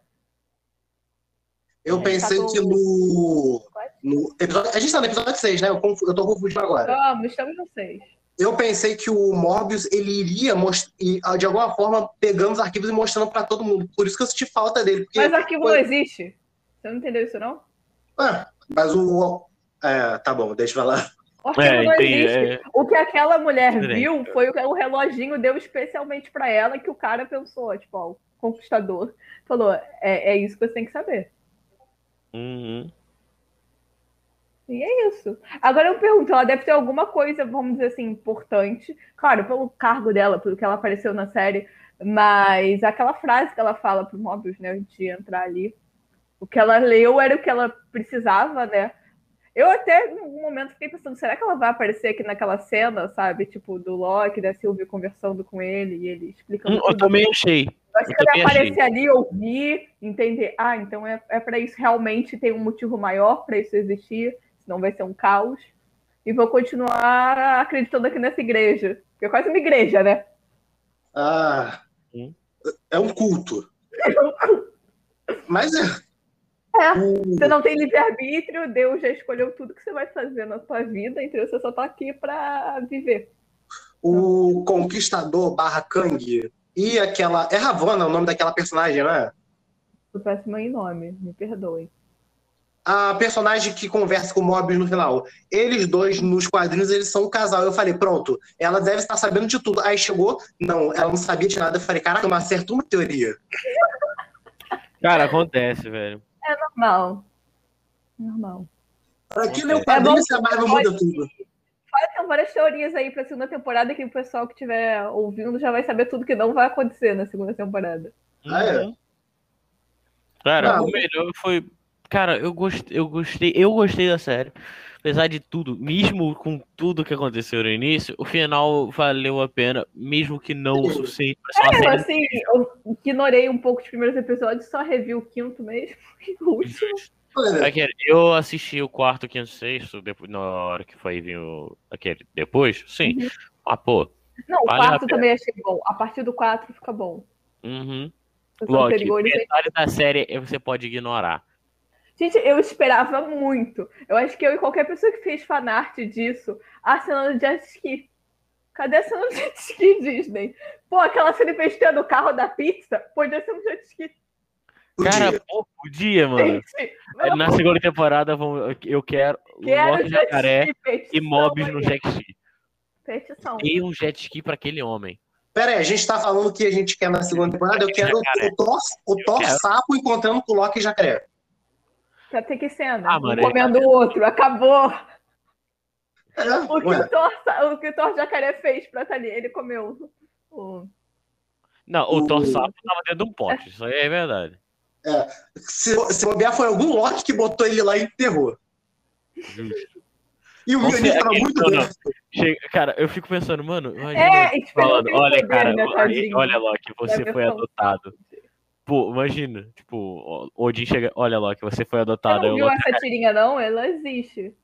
C: Eu
B: É.
C: pensei
D: Catou-
C: que no... no episódio... A gente tá no episódio seis, né? Eu, confu... eu tô confundindo agora.
D: Vamos, estamos vocês.
C: Eu pensei que o Morbius, ele iria, most... e, ah, de alguma forma, pegando os arquivos e mostrando pra todo mundo. Por isso que eu senti falta dele. Porque...
D: Mas o arquivo não existe. Você não entendeu isso, não?
C: Ah, mas o... É, tá bom, deixa eu falar.
D: O arquivo
B: É,
D: não
B: entendi,
D: existe.
B: é.
D: O que aquela mulher
B: Diferente.
D: viu foi o que o reloginho deu especialmente pra ela, que o cara pensou, tipo, ó, o conquistador falou, é, é isso que você tem que saber.
B: Uhum.
D: E é isso. Agora eu pergunto, ela deve ter alguma coisa, vamos dizer assim, importante. Claro, pelo cargo dela, pelo que ela apareceu na série. Mas aquela frase que ela fala pro Mobius, né, de entrar ali. O que ela leu era o que ela precisava, né? Eu até, em algum momento, fiquei pensando, será que ela vai aparecer aqui naquela cena, sabe? Tipo, do Loki, da Sylvie conversando com ele e ele explicando
B: Hum,
D: tudo.
B: eu também achei.
D: Eu acho
B: Eu
D: que ela
B: também
D: ia aparecer
B: achei.
D: ali, ouvir, entender. Ah, então é, é para isso, realmente tem um motivo maior para isso existir, senão vai ser um caos. E vou continuar acreditando aqui nessa igreja. Porque é quase uma igreja, né?
C: Ah,
B: Hum.
C: é um culto. Mas é.
D: É,
C: O,
D: você não tem livre-arbítrio, Deus já escolheu tudo que você vai fazer na sua vida, então você só tá aqui para viver.
C: o Conquistador barra Kang e aquela. É Ravonna o nome daquela personagem, né?
D: Eu peço meu nome, me perdoem.
C: A personagem que conversa com o Mobius no final. Eles dois, nos quadrinhos, eles são um casal. Eu falei, pronto, ela deve estar sabendo de tudo. Aí chegou, não, ela não sabia de nada. Eu falei, caraca, eu acerto uma teoria.
B: Cara, acontece, velho.
D: É normal. Normal.
C: Pra que ler o
D: É
C: quadrinho
D: bom
C: se a
D: que
C: Marvel
D: pode-
C: muda tudo?
D: Fala, tem várias teorias aí pra segunda temporada que o pessoal que estiver ouvindo já vai saber tudo que não vai acontecer na segunda temporada.
C: Ah, é?
B: Uhum. Cara,
C: Não.
B: o melhor foi. Cara, eu gostei, eu gostei, eu gostei da série. Apesar de tudo, mesmo com tudo que aconteceu no início, o final valeu a pena, mesmo que não o suficiente pra ser uma
D: É,
B: série.
D: assim, eu ignorei um pouco os primeiros episódios, só revi o quinto mesmo e o último.
C: Olha,
B: Aquele, eu assisti o quarto, quinto, sexto, depois, na hora que foi vir o, aquele depois, sim.
D: Uhum.
B: Ah, pô.
D: Não, o
B: Vale a
D: quarto
B: pena.
D: também achei bom. A partir do quatro fica bom.
B: Uhum.
D: Os
B: Loki,
D: anteriores,
B: metade da série você pode ignorar.
D: gente, eu esperava muito. Eu acho que eu e qualquer pessoa que fez fanart disso, a cena do jet ski. Cadê a cena do jet ski, Disney? Pô, aquela cena investindo no carro da pizza, podia ser um jet ski.
B: Cara,
C: podia.
B: pô, podia, mano.
D: Gente, não,
B: Na segunda temporada vão- eu quero
D: quero
B: Loki
D: jet
B: Jacaré
D: ski, petição
B: e Mobius no
D: aí.
B: jet ski.
D: Petição.
B: E um jet ski pra aquele homem.
C: Pera aí, a gente tá falando o que a gente quer na segunda temporada. Eu quero o Thor, o Thor
B: quero.
C: sapo encontrando com o Loki e Jacaré.
D: Pra ter que cena.
B: Ah,
D: Um
B: mano,
D: comendo o outro. Acabou.
C: É,
D: O que
C: ué.
D: o, Thor, o que o Thor Jacaré fez pra estar ali? Ele comeu o...
B: Não, o
C: O-
B: Thor Sapo tava dentro de um pote, isso aí é verdade.
C: Se, se bobear, foi algum Loki que botou ele lá e enterrou.
B: Justo.
C: E o
B: Vamos
C: Mjolnir
B: ser
C: tava
B: aquele-
C: muito
B: não, não.
C: grande.
B: Chega- cara, eu fico pensando, mano, imagina
D: É,
B: Loki
D: tipo, ele não
B: falando,
D: tem
B: olha,
D: poder,
B: cara,
D: né,
B: olha,
D: tadinho?
B: olha, Loki, você
D: Da
B: foi
D: versão
B: adotado. Pô, imagina, tipo, o Odin chega, olha, Loki, você foi
D: Você
B: adotado. Aí
D: não
B: o
D: viu
B: Loki,
D: essa tirinha, não? Ela existe.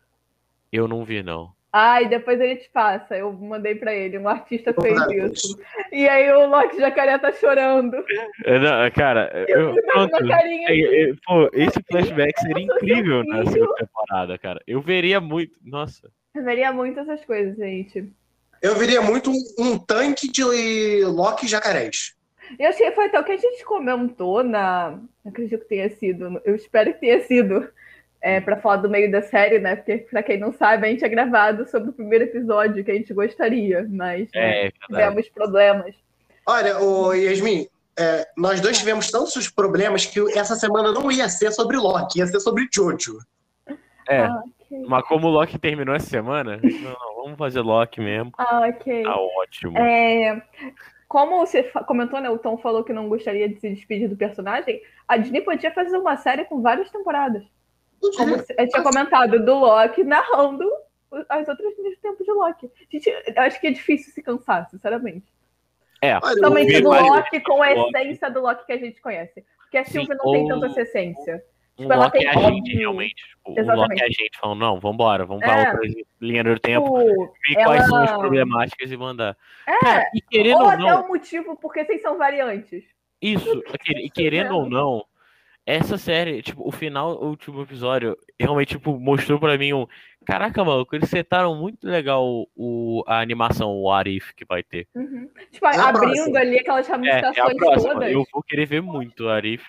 B: eu não vi, não.
D: Ah, e depois ele te passa. Eu mandei pra ele. Um artista
C: Vou
D: fez
C: mandar
D: isso. E aí o Loki Jacaré tá chorando.
B: É, não, cara, eu,
D: Ele faz uma
B: pronto.
D: carinha
B: É,
D: assim.
B: é, pô, esse flashback seria
D: Eu sou seu
B: incrível na
D: filho.
B: segunda temporada, cara. Eu veria muito. Nossa.
D: Eu veria muito essas coisas, gente.
C: Eu viria muito um, um tanque de Loki e jacarés.
D: Eu achei, foi até o que a gente comentou na. Não acredito que tenha sido. Eu espero que tenha sido. É, para falar do meio da série, né? Porque, pra quem não sabe, a gente é gravado sobre o primeiro episódio que a gente gostaria, mas
B: É,
D: né,
B: é verdade.
D: tivemos problemas.
C: Olha, ô Yasmin, é, nós dois tivemos tantos problemas que essa semana não ia ser sobre Loki, ia ser sobre Jojo.
B: É,
D: Ah, ok.
B: mas como o Loki terminou essa semana, não, não, vamos fazer Loki mesmo.
D: Ah, ok.
B: Tá ótimo.
D: É, como você fa- comentou, né? O Tom falou que não gostaria de se despedir do personagem. A Disney podia fazer uma série com várias temporadas. Como eu tinha comentado, do Loki narrando as outras linhas do tempo de Loki. Gente, eu acho que é difícil se cansar, sinceramente.
B: É,
C: Olha,
D: Somente
B: ver
D: do
B: vários
D: Loki com a
B: Loki.
D: essência do Loki que a gente conhece. Porque a
B: Sim,
D: Sylvie não tem
B: ou-
D: tanta essa essência.
B: Um
D: Tipo, ela
B: Loki
D: tem
B: é a gente,
D: óbvio-
B: realmente. Tipo, um
D: Exatamente.
B: Loki é a gente falando, não, vambora, vamos
D: É.
B: pra outra linha do tempo,
D: Tipo,
B: ver quais são as
D: ela-
B: problemáticas e mandar.
D: É,
B: Cara, e querendo
D: ou
B: ou
D: até
B: não,
D: o motivo porque vocês são variantes.
B: isso, aquele- e querendo ou não, essa série, tipo, o final, o último episódio, realmente, tipo, mostrou pra mim um. Caraca, maluco, eles setaram muito legal o, a animação, o What If que vai ter.
D: Uhum. Tipo,
C: É a
D: abrindo
C: próxima.
D: ali aquelas
B: É, é a
D: ramificações
B: próxima.
D: todas.
B: Eu vou querer ver muito o What If.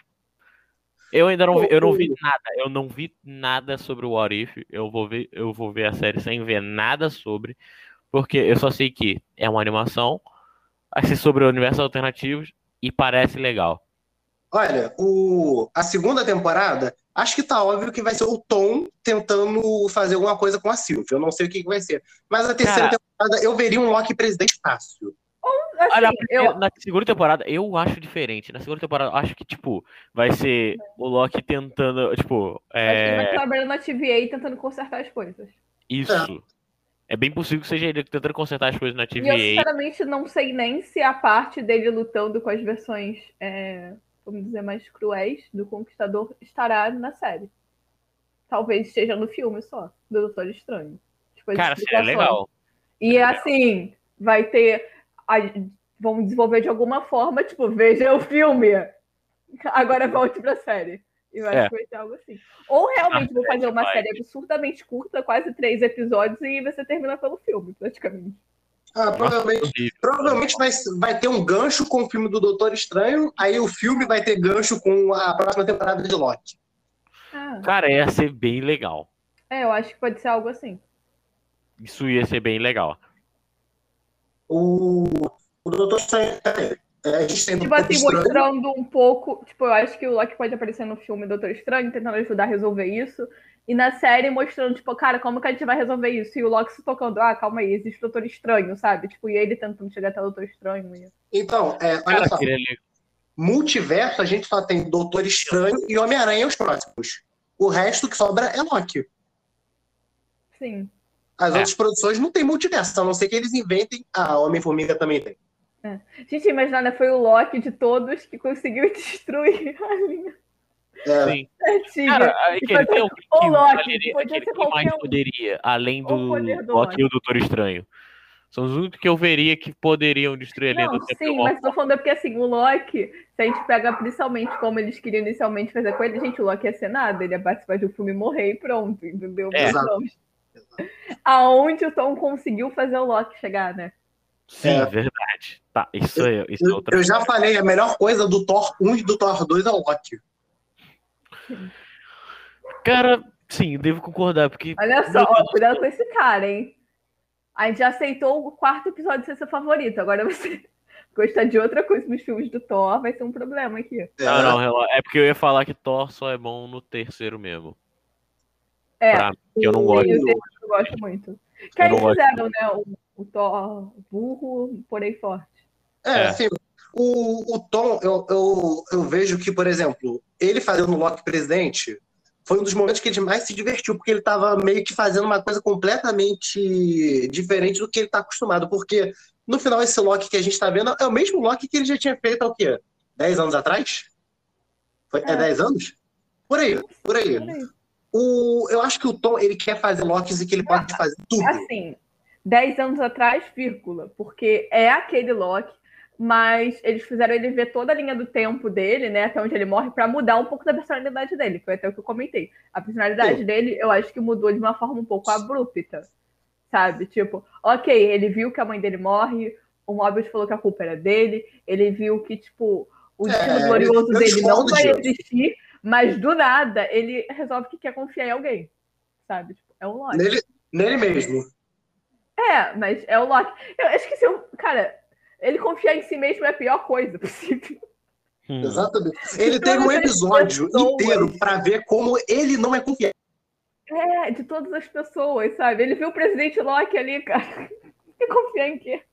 B: Eu ainda não vi, eu não vi nada, eu não vi nada sobre o What If. Eu vou ver, eu vou ver a série sem ver nada sobre, porque eu só sei que é uma animação, vai ser sobre universos alternativos e parece legal.
C: Olha, o, a segunda temporada, acho que tá óbvio que vai ser o Tom tentando fazer alguma coisa com a Sylvie. Eu não sei o que, que vai ser. Mas a terceira
B: Cara,
C: temporada eu veria um Loki presidente fácil.
B: olha,
D: Assim,
B: na,
D: eu,
B: primeira- na segunda temporada, eu acho diferente. Na segunda temporada, eu acho que, tipo, vai ser o Loki tentando, tipo,
D: acho que ele vai
B: é,
D: trabalhando na T V A tentando consertar as coisas.
B: isso. É bem possível que seja ele tentando consertar as coisas na
D: E eu,
B: T V A.
D: sinceramente, não sei nem se a parte dele lutando com as versões, é, vamos dizer, mais cruéis do Conquistador estará na série. Talvez esteja no filme só, do Doutor Estranho. Tipo, as
B: Cara, seria
D: explicações.
B: legal.
D: E
B: Seria legal.
D: assim, vai ter. A, vão desenvolver de alguma forma, tipo, veja o filme. Agora volte pra série. E eu acho
B: É.
D: que vai ser algo assim. Ou realmente vou fazer uma
B: vai.
D: série absurdamente curta, quase três episódios, e você termina pelo filme, praticamente.
C: Ah, provavelmente
B: horrível.
C: provavelmente vai, vai ter um gancho com o filme do Doutor Estranho, aí o filme vai ter gancho com a próxima temporada de Loki.
D: Ah,
B: Cara, ia ser bem legal.
D: é, eu acho que pode ser algo assim.
B: Isso ia ser bem legal.
C: O, o Doutor Estranho. É, a gente tem
D: Tipo
C: Doutor
D: assim,
C: Estranho.
D: mostrando um pouco. Tipo, eu acho que o Loki pode aparecer no filme Doutor Estranho, tentando ajudar a resolver isso. E na série mostrando, tipo, cara, como que a gente vai resolver isso? E o Loki se tocando, ah, calma aí, existe Doutor Estranho, sabe? Tipo, e ele tentando chegar até o Doutor Estranho. E...
C: Então, é, olha
B: Cara,
C: só.
B: seria legal.
C: Multiverso, a gente só tem Doutor Estranho e Homem-Aranha os próximos. O resto que sobra é Loki.
D: Sim.
C: As
B: É.
C: outras produções não tem multiverso, a não ser que eles inventem. Ah, Homem-Formiga também tem.
D: É. Gente, imagina, né? Foi o Loki de todos que conseguiu destruir a linha
C: É,
B: Sim.
D: antiga.
B: Cara, aí
D: E
B: que ele
D: foi
B: tem um
D: o
B: que
D: Loki,
B: valeria,
D: podia
B: aquele
D: ser
B: que mais
D: qualquer um.
B: poderia, além
D: O
B: do
D: poder do
B: Loki
D: Loki.
B: e o Doutor Estranho. São os únicos que eu veria que poderiam destruir a linha
D: Não,
B: do tempo. de
D: sim,
B: alguma
D: mas tô falando é porque assim, o Loki, se a gente pega principalmente como eles queriam inicialmente fazer com ele, gente, o Loki ia ser nada, ele ia participar de um filme e morrer e pronto, entendeu?
B: É.
D: Mas não. Aonde o Tom conseguiu fazer o Loki chegar, né?
B: Sim,
C: É.
B: verdade. Tá, isso é, isso é
C: eu,
B: outra
C: eu já falei, a melhor coisa do Thor um e do Thor dois é o Loki.
B: Cara, sim, devo concordar, porque.
D: Olha só, ó, cuidado com esse cara, hein? A gente já aceitou o quarto episódio ser seu favorito, agora você gostar de outra coisa nos filmes do Thor vai ser um problema aqui.
B: Não, não, rela- é porque eu ia falar que Thor só é bom no terceiro mesmo.
D: É,
B: Pra mim, que eu não
D: sim,
B: gosto.
D: o terceiro eu gosto muito. Que
B: Eu
D: aí
B: não gosto.
D: fizeram, né? O, o Thor burro, porém forte.
C: É,
B: É.
C: assim, o, o Tom, eu, eu, eu vejo que, por exemplo, ele fazendo o Loki presidente foi um dos momentos que ele mais se divertiu, porque ele estava meio que fazendo uma coisa completamente diferente do que ele está acostumado, porque no final esse Loki que a gente está vendo é o mesmo Loki que ele já tinha feito há o quê? dez anos atrás? Foi, é
D: É.
C: dez anos? Por aí, por aí.
D: Peraí.
C: O, eu acho que o Tom, ele quer fazer Lokis e que ele pode fazer tudo.
D: Assim, dez anos atrás, vírgula, porque é aquele Loki, mas eles fizeram ele ver toda a linha do tempo dele, né, até onde ele morre, pra mudar um pouco da personalidade dele. Foi até o que eu comentei. A personalidade
C: Sim.
D: dele, eu acho que mudou de uma forma um pouco abrupta, sabe? Tipo, ok, ele viu que a mãe dele morre, o Mobius falou que a culpa era dele, ele viu que, tipo, o destino
C: É,
D: glorioso
C: eu
D: dele não
C: discordo
D: vai
C: disso.
D: existir, mas do nada ele resolve que quer confiar em alguém, sabe? Tipo, é um Loki.
C: Nele, nele mesmo.
D: É, mas é o Loki. Eu acho que se eu. Cara, ele confiar em si mesmo é a pior coisa possível.
B: Hum.
C: Exatamente. Ele
D: De
C: teve um
D: todas as
C: episódio
D: pessoas.
C: inteiro pra ver como ele não é confiável.
D: É, de todas as pessoas, sabe? Ele viu o presidente Loki ali, cara. Você confiar em quê?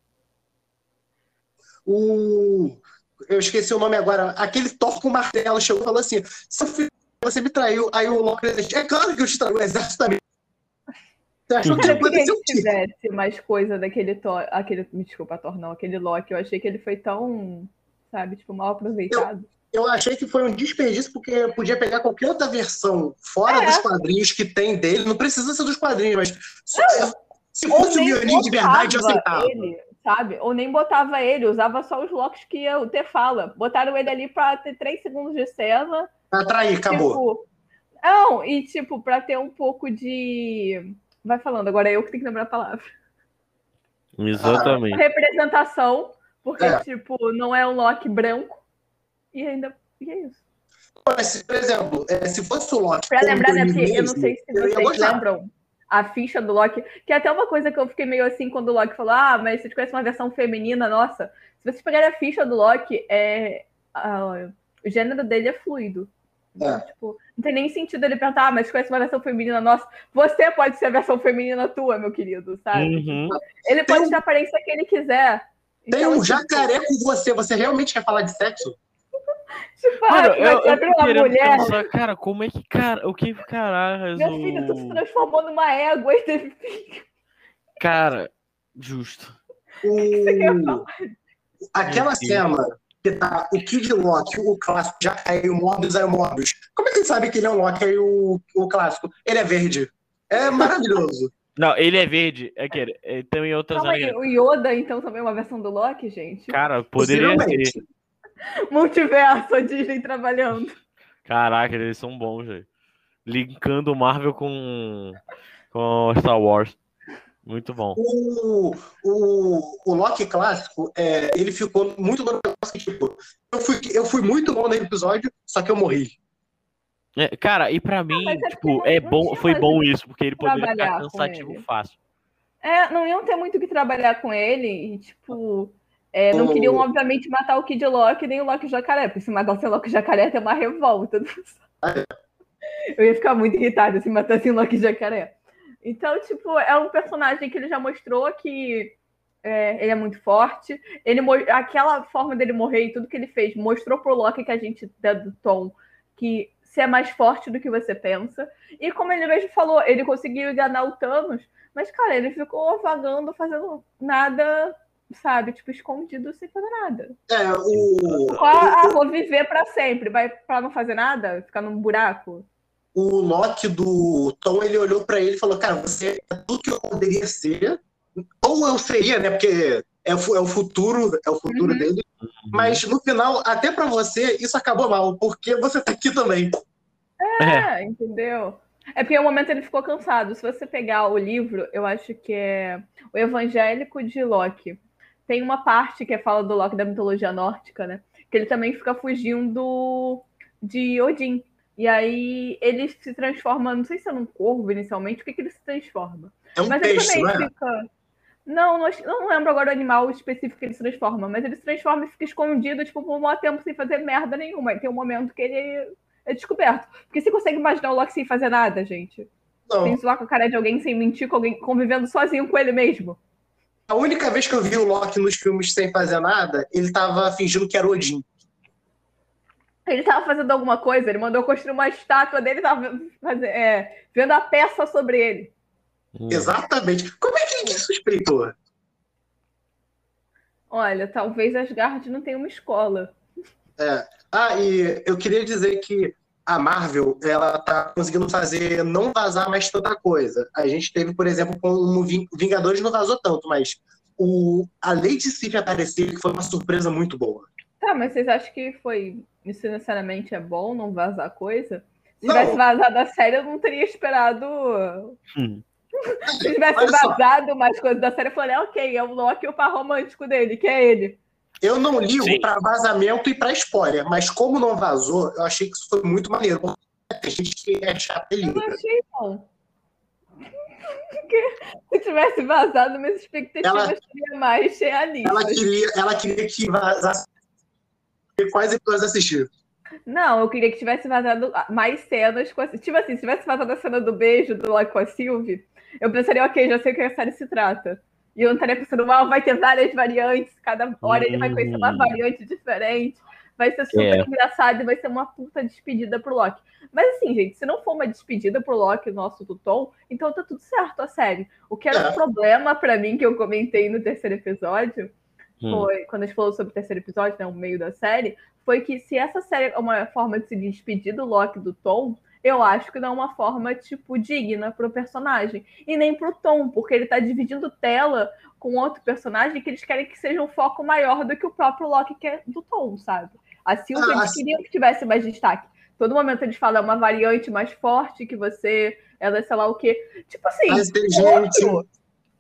C: O... Eu esqueci o nome agora. Aquele Thor com o martelo chegou e falou assim: seu filho, você me traiu. Aí o Loki disse: é claro que eu te traí, o exército também. Você achou que
D: Cara,
C: ia
D: eu queria
C: acontecer
D: que
C: o quê?
D: tivesse mais coisa daquele Thor. Aquele, me desculpa, Thor, não, aquele Loki. Eu achei que ele foi tão, sabe, tipo, mal aproveitado.
C: Eu achei que foi um desperdício, porque podia pegar qualquer outra versão fora
D: É.
C: dos quadrinhos que tem dele. Não precisa ser dos quadrinhos, mas só- se
D: Ou
C: fosse o
D: nem
C: Mjolnir de verdade, eu
D: botava
C: aceitava.
D: ele, sabe? Ou nem botava ele, usava só os Locks que ia ter fala. Botaram ele ali pra ter três segundos de cena.
C: Atrair, acabou.
D: Tipo, não, e tipo, pra ter um pouco de. Vai falando, agora é eu que tenho que lembrar a palavra.
B: Exatamente.
D: Representação, porque,
C: É.
D: tipo, não é um Loki branco. E ainda. E é isso.
C: Mas, por exemplo, é, se fosse o Loki.
D: Pra
C: como
D: lembrar, né?
C: ele
D: Porque eu não
C: mesmo,
D: sei se
C: eu ia
D: vocês
C: gostar.
D: lembram a ficha do Loki, que é até uma coisa que eu fiquei meio assim quando o Loki falou: ah, mas você conhece uma versão feminina, nossa. Se vocês pegarem a ficha do Loki, é. A, O gênero dele é fluido. Então,
C: É.
D: tipo, não tem nem sentido ele perguntar, ah, mas conhece uma versão feminina nossa? Você pode ser a versão feminina tua, meu querido, sabe?
B: Uhum.
D: Ele
C: Tem
D: pode
C: um-
D: ter a aparência que ele quiser.
C: Tem
D: Então,
C: um
D: tipo,
C: jacaré com você. Você realmente quer falar de sexo?
D: tipo,
B: Mano,
D: ah,
B: eu,
D: vai
B: eu
D: ser
B: tô
D: uma
B: querendo
D: mulher.
B: pensar, cara, como é que, cara, o que caralho
D: Meu filho, tu se
B: o...
D: transformou numa égua e teve filho.
B: Cara, justo.
D: Você quer
C: O... Aquela
B: Meu Deus.
C: cena que tá o Kid Loki, o clássico, já caiu o Morbius, aí o Morbius. Como é que ele sabe que ele é um Loki, aí o, o clássico? Ele é verde. É maravilhoso.
B: Não, ele é verde. É que ele tem outras
D: Calma aí,
B: áreas.
D: o Yoda, então, também é uma versão do Loki, gente?
B: Cara, poderia ser.
C: Possivelmente.
D: Multiverso, a Disney trabalhando.
B: Caraca, eles são bons, velho. Linkando Marvel com, com Star Wars. Muito bom.
C: O, o, o Loki clássico, é, ele ficou muito no negócio que, tipo, eu fui, eu fui muito bom no episódio, só que eu morri.
B: É, cara, e pra mim,
D: mas é
B: tipo,
D: porque não-
B: é
D: não
B: bom,
D: tinha
B: foi
D: mais
B: bom
D: o que
B: isso, porque ele poderia ficar
D: trabalhar com
B: cansativo
D: ele.
B: fácil.
D: É, não iam ter muito o que trabalhar com ele e, tipo, é, não
C: O-
D: queriam, obviamente, matar o Kid Loki nem o Loki Jacaré, porque se matasse o Loki Jacaré ia ter uma revolta. Eu ia ficar muito irritada se matasse o Loki Jacaré. Então, tipo, é um personagem que ele já mostrou que é, ele é muito forte. Ele, mo- aquela forma dele morrer e tudo que ele fez mostrou pro Loki que a gente dá do tom que você é mais forte do que você pensa. E como ele mesmo falou, ele conseguiu enganar o Thanos, mas, cara, ele ficou vagando, fazendo nada, sabe? Tipo, escondido, sem fazer nada.
C: É, o,
D: Ah, ah, vou viver pra sempre. Vai pra não fazer nada? Ficar num buraco?
C: o Loki do Tom, ele olhou pra ele e falou, cara, você é tudo que eu poderia ser, ou eu seria, né, porque é o, fu- é o futuro, é o futuro
D: Uhum.
C: dele, mas no final, até pra você, isso acabou mal, porque você tá aqui também.
B: É.
D: É, entendeu? É porque o momento ele ficou cansado. Se você pegar o livro, eu acho que é o Evangélico de Loki. Tem uma parte que é fala do Loki da mitologia nórdica, né? Que ele também fica fugindo de Odin. E aí ele se transforma, não sei se é num corvo inicialmente, o que, que ele se transforma?
C: É um
D: Mas ele
C: peixe,
D: também
C: não é?
D: fica. Não, não, acho- não lembro agora o animal específico que ele se transforma, mas ele se transforma e fica escondido, tipo, por um maior tempo sem fazer merda nenhuma. E tem um momento que ele é descoberto. Porque você consegue imaginar o Loki sem fazer nada, gente?
C: Não.
D: Sem zoar com a cara de alguém, sem mentir com alguém, convivendo sozinho com ele mesmo.
C: A única vez que eu vi o Loki nos filmes sem fazer nada, ele tava fingindo que era Odin.
D: Ele tava fazendo alguma coisa, ele mandou construir uma estátua dele, tava fazendo, é, vendo a peça sobre ele.
B: Hum.
C: Exatamente. Como é que ele suspeitou?
D: Olha, talvez Asgard não tenha uma escola.
C: É. Ah, e eu queria dizer que a Marvel, ela tá conseguindo fazer não vazar mais tanta coisa. A gente teve, por exemplo, com o Ving- Vingadores não vazou tanto, mas o, a Lady Sif aparecer, que foi uma surpresa muito boa.
D: Tá, mas vocês acham que foi isso necessariamente é bom não vazar coisa? Se
C: Não.
D: tivesse vazado a série, eu não teria esperado.
B: Hum.
D: Se tivesse
C: Olha só.
D: vazado mais coisas da série, eu falei, ok, é o Loki e o par romântico dele, que é ele.
C: Eu não ligo
B: Sim.
C: pra vazamento e pra spoiler, mas como não vazou, eu achei que isso foi muito maneiro. Tem gente que é chata e
D: Eu não
C: liga.
D: achei, não. Porque se tivesse vazado, minhas expectativas
C: Ela-
D: seriam mais realistas.
C: Ela queria, ela queria que vazasse quais episódios assistir.
D: Não, eu queria que tivesse vazado mais cenas com a... Tipo assim, se tivesse vazado a cena do beijo do Loki com a Sylvie, eu pensaria, ok, já sei o que a série se trata. E eu não estaria pensando, uau, vai ter várias variantes, cada hora ele vai conhecer uma
B: Hum.
D: variante diferente, vai ser super
B: É.
D: engraçado e vai ser uma puta despedida pro Loki. Mas assim, gente, se não for uma despedida pro Loki, nosso do Tom, então tá tudo certo a série. O que era
C: É.
D: um problema pra mim, que eu comentei no terceiro episódio,
B: Hum.
D: foi, quando a gente falou sobre o terceiro episódio, né, o meio da série, foi que se essa série é uma forma de se despedir do Loki do Tom, eu acho que não é uma forma, tipo, digna pro personagem. E nem pro Tom, porque ele tá dividindo tela com outro personagem que eles querem que seja um foco maior do que o próprio Loki que é do Tom, sabe? A Sylvie,
C: Ah,
D: eles
C: a-
D: queriam que tivesse mais destaque. Todo momento eles falam, é uma variante mais forte que você, ela é sei lá o quê. Tipo assim,
C: Mais
D: o
C: inteligente.
D: outro,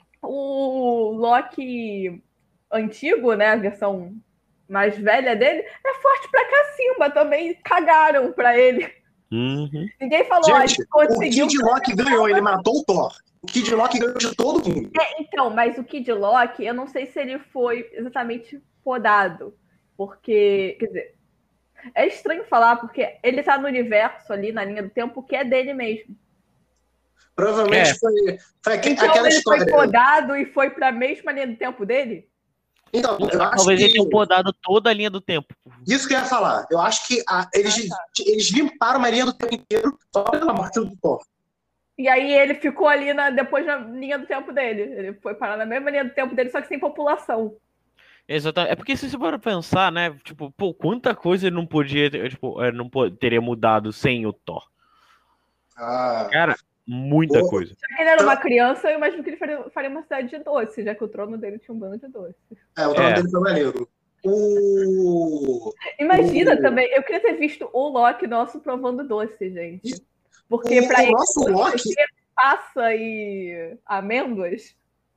D: o Loki antigo, né, a versão mais velha dele, é forte pra cacimba também. Cagaram pra ele.
B: Uhum.
D: Ninguém falou, ó,
C: Gente,
D: ele
C: o
D: conseguiu.
C: Kid Loki ganhou, ele matou o Thor. O Kid Loki ganhou de todo mundo.
D: É, então, mas o Kid Loki, eu não sei se ele foi exatamente podado. Porque, quer dizer, É estranho falar, porque ele tá no universo ali, na linha do tempo, que é dele mesmo.
C: Provavelmente
B: É.
C: foi, foi aque-
D: Então
C: aquela
D: ele
C: história.
D: foi podado e foi pra mesma linha do tempo dele?
C: Então, eu acho
B: Talvez
C: que
B: ele tenha podado toda a linha do tempo.
C: isso que eu ia falar. Eu acho que a- eles,
D: Ah, tá.
C: eles limparam uma linha do tempo inteiro só pela morte do Thor.
D: E aí ele ficou ali na, depois na linha do tempo dele. Ele foi parar na mesma linha do tempo dele, só que sem população.
B: Exatamente. É porque se você for pensar, né? Tipo, pô, quanta coisa ele não podia ter, tipo, é, não po- teria mudado sem o Thor.
C: Ah,
B: Cara, muita
C: Pô.
B: coisa.
D: Já que ele era uma criança, eu imagino que ele faria, faria uma cidade de doce, já que o trono dele tinha um bando de doce.
C: é, o trono
B: É.
C: dele foi maneiro. O...
D: Imagina
C: O-
D: também, eu queria ter visto o Loki nosso provando doce, gente. Porque
C: O-
D: pra
C: o
D: ele,
C: nosso Loki-
D: passa e amêndoas.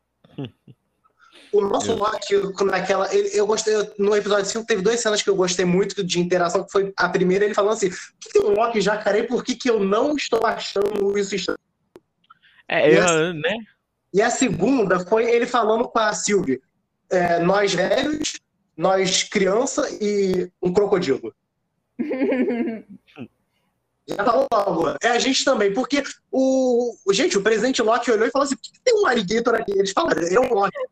C: O nosso
B: Eu-
C: Loki, naquela. Ele, eu gostei. No episódio cinco, teve duas cenas que eu gostei muito de interação, que foi a primeira, ele falando assim: por que tem um Loki jacaré e por que, que eu não estou achando isso estranho?
B: É,
C: E
B: eu,
C: assim-
B: né?
C: E a segunda foi ele falando com a Sylvie: é, nós velhos, nós criança e um crocodilo. Já falou logo. É a gente também, porque o. o- Gente, o presidente Loki olhou e falou assim: por que, que tem um alligator aqui? Eles falaram: é um Loki.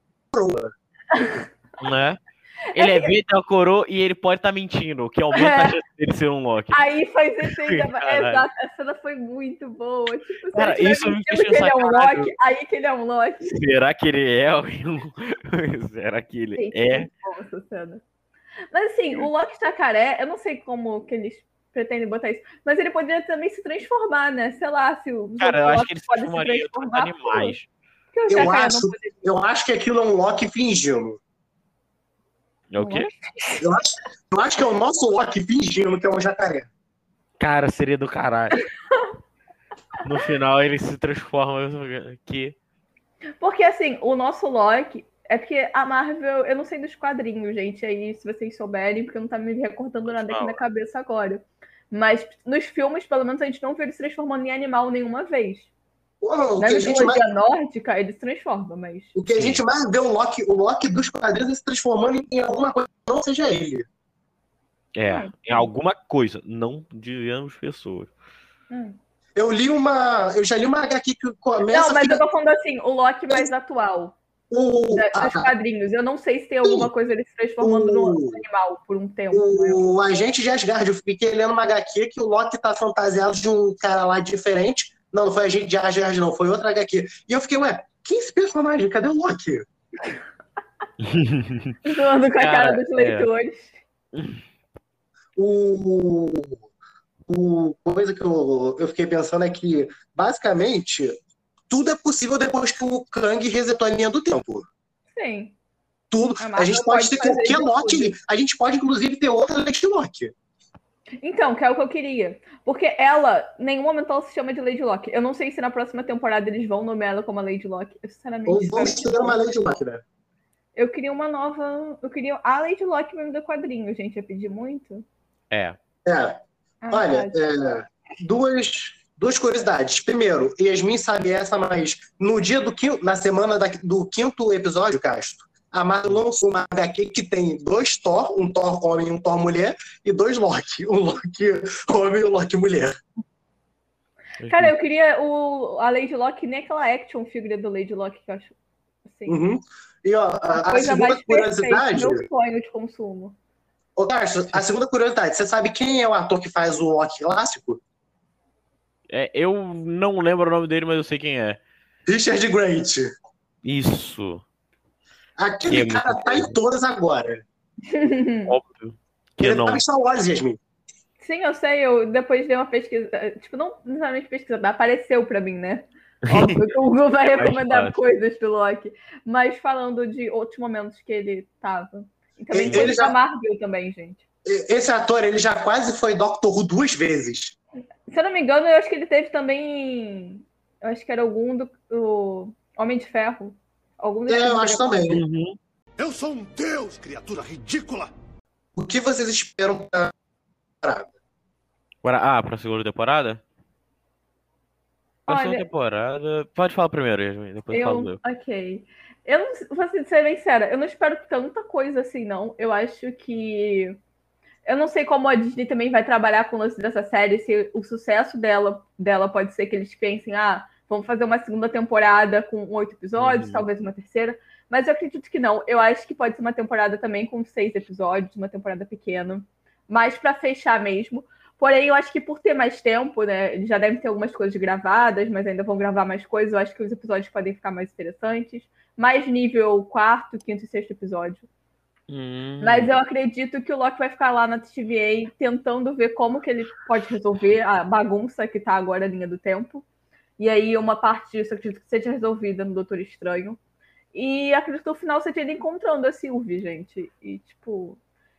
B: né? Ele é verde, é coroa e ele pode estar mentindo, o que aumenta a chance dele ser um Loki.
D: Aí faz esse ainda mais.
B: Caralho.
D: Exato, a cena foi muito boa. Tipo, se
B: Cara,
D: ele
B: isso
D: tiver
B: me
D: mentindo
B: fez
D: que ele é um
B: pensar, caralho.
D: Loki, aí que ele é um Loki.
B: Será que ele é? um- Será que ele
D: Gente,
B: é?
D: muito boa essa cena. Mas assim, o Loki jacaré, eu não sei como que eles pretendem botar isso, mas ele poderia também se transformar, né? Sei lá, se o
B: Cara, eu acho que ele se
D: pode
B: transformaria em outros
D: transformar,
B: animais.
D: por que o
C: Eu
D: jacaré
C: acho,
D: não poderia?
C: eu acho que aquilo é um Loki fingindo.
B: É o quê?
C: Eu acho, eu acho que é o nosso Loki fingindo que é um jacaré.
B: Cara, seria do caralho. No final ele se transforma aqui.
D: Porque assim, o nosso Loki é porque a Marvel, eu não sei dos quadrinhos, gente, aí se vocês souberem, porque não tá me recordando nada aqui
B: Fala.
D: na cabeça agora. Mas nos filmes, pelo menos, a gente não viu ele se transformando em animal nenhuma vez.
C: Pô, o,
D: Na
C: que a gente mais,
D: mitologia nórdica, ele se transforma, mas.
C: o que a
B: Sim.
C: gente mais vê o Loki, o Loki dos quadrinhos é se transformando em alguma coisa que não seja ele.
B: É, em alguma coisa, não digamos pessoas.
D: Hum.
C: Eu li uma. Eu já li uma H Q que começa.
D: Não, mas
C: fica-
D: eu tô falando assim, o Loki mais atual,
C: o,
D: da-
C: ah,
D: dos
C: tá.
D: quadrinhos. Eu não sei se tem alguma coisa ele se transformando num
C: O-
D: animal por um tempo. mas-
C: O agente de Asgard, eu fiquei lendo uma H Q que o Loki tá fantasiado de um cara lá diferente. Não, não foi agente de Asgard, não, foi outra H Q. E eu fiquei, ué, quem é esse personagem? Cadê o Loki?
D: Zoando com a cara,
B: Cara,
D: dos
B: é.
D: leitores.
C: O, o coisa que eu, eu fiquei pensando é que, basicamente, tudo é possível depois que o Kang resetou a linha do tempo.
D: Sim.
C: Tudo.
D: A
C: A,
D: Marvel
C: gente pode
D: pode
C: ter
D: fazer
C: qualquer
D: de
C: Loki
D: tudo.
C: ali. A gente pode, inclusive, ter outra Lady Loki.
D: Então, que é o que eu queria. Porque ela, em nenhum momento ela se chama de Lady Locke. Eu não sei se na próxima temporada eles vão nomear ela como a Lady Locke. Eu sinceramente
C: Ou
D: espero
C: vamos
D: que
C: ter
D: não.
C: uma Lady Loki, né?
D: Eu queria uma nova. Eu queria a Lady Locke mesmo do quadrinho, gente. Eu pedi muito.
B: É.
C: É.
D: Ah,
C: Olha,
D: tá.
C: é, duas, duas curiosidades. Primeiro, Yasmin sabe essa, mas no dia do quinto, na semana da- do quinto episódio, Castro, a Marvel lançou uma H Q que tem dois Thor, um Thor homem e um Thor mulher, e dois Loki, um Loki homem e um Loki mulher.
D: Cara, eu queria o, a Lady Locke nem aquela action figure do Lady Locke que eu acho. Assim,
C: Uhum. E ó,
D: a
C: a, a
D: coisa
C: segunda
D: mais perfeita,
C: curiosidade.
D: meu sonho de consumo.
C: Ô, Castro, a segunda curiosidade, você sabe quem é o ator que faz o Loki clássico?
B: É, eu não lembro o nome dele, mas eu sei quem é.
C: Richard Grant.
B: Isso.
C: Aquele
B: Que é
C: cara
B: muito
C: tá em todas agora.
B: Óbvio que
C: Ele
B: não.
C: tá em Star Wars, Yasmin.
D: Sim, eu sei, eu depois dei uma pesquisa, tipo, não necessariamente pesquisa, apareceu pra mim, né? Óbvio que o Google vai
B: É mais
D: recomendar
B: fácil.
D: coisas do Loki, mas falando de outros momentos que ele tava. E também
C: Ele
D: coisas
C: já-
D: da Marvel também, gente.
C: Esse ator, ele já quase foi Doctor Who duas vezes.
D: Se eu não me engano, eu acho que ele teve também, eu acho que era algum do, do Homem de Ferro. Algum dos
C: É, eu
D: filmes
C: acho
D: dele.
C: também.
B: Uhum.
E: Eu sou um deus, criatura ridícula!
C: O que vocês esperam pra parada?
B: Agora, ah, pra segunda temporada? Pra segunda
D: Olha,
B: temporada. Pode falar primeiro, Yasmin, depois eu falo
D: eu,
B: eu.
D: ok. Eu não, vou ser bem sincera, eu não espero tanta coisa assim, não. Eu acho que Eu não sei como a Disney também vai trabalhar com o lance dessa série, se o sucesso dela, dela pode ser que eles pensem, ah, vamos fazer uma segunda temporada com oito episódios,
B: Uhum.
D: talvez uma terceira. Mas eu acredito que não. Eu acho que pode ser uma temporada também com seis episódios, uma temporada pequena, mais para fechar mesmo. Porém, eu acho que por ter mais tempo, né, eles já devem ter algumas coisas gravadas, mas ainda vão gravar mais coisas. Eu acho que os episódios podem ficar mais interessantes. Mais nível quarto, quinto e sexto episódio.
B: Hum.
D: Mas eu acredito que o Loki vai ficar lá na T V A tentando ver como que ele pode resolver a bagunça que tá agora a linha do tempo. E aí uma parte disso eu acredito que seja resolvida no Doutor Estranho. E acredito que no final seja ele encontrando a Sylvie, gente. E, tipo...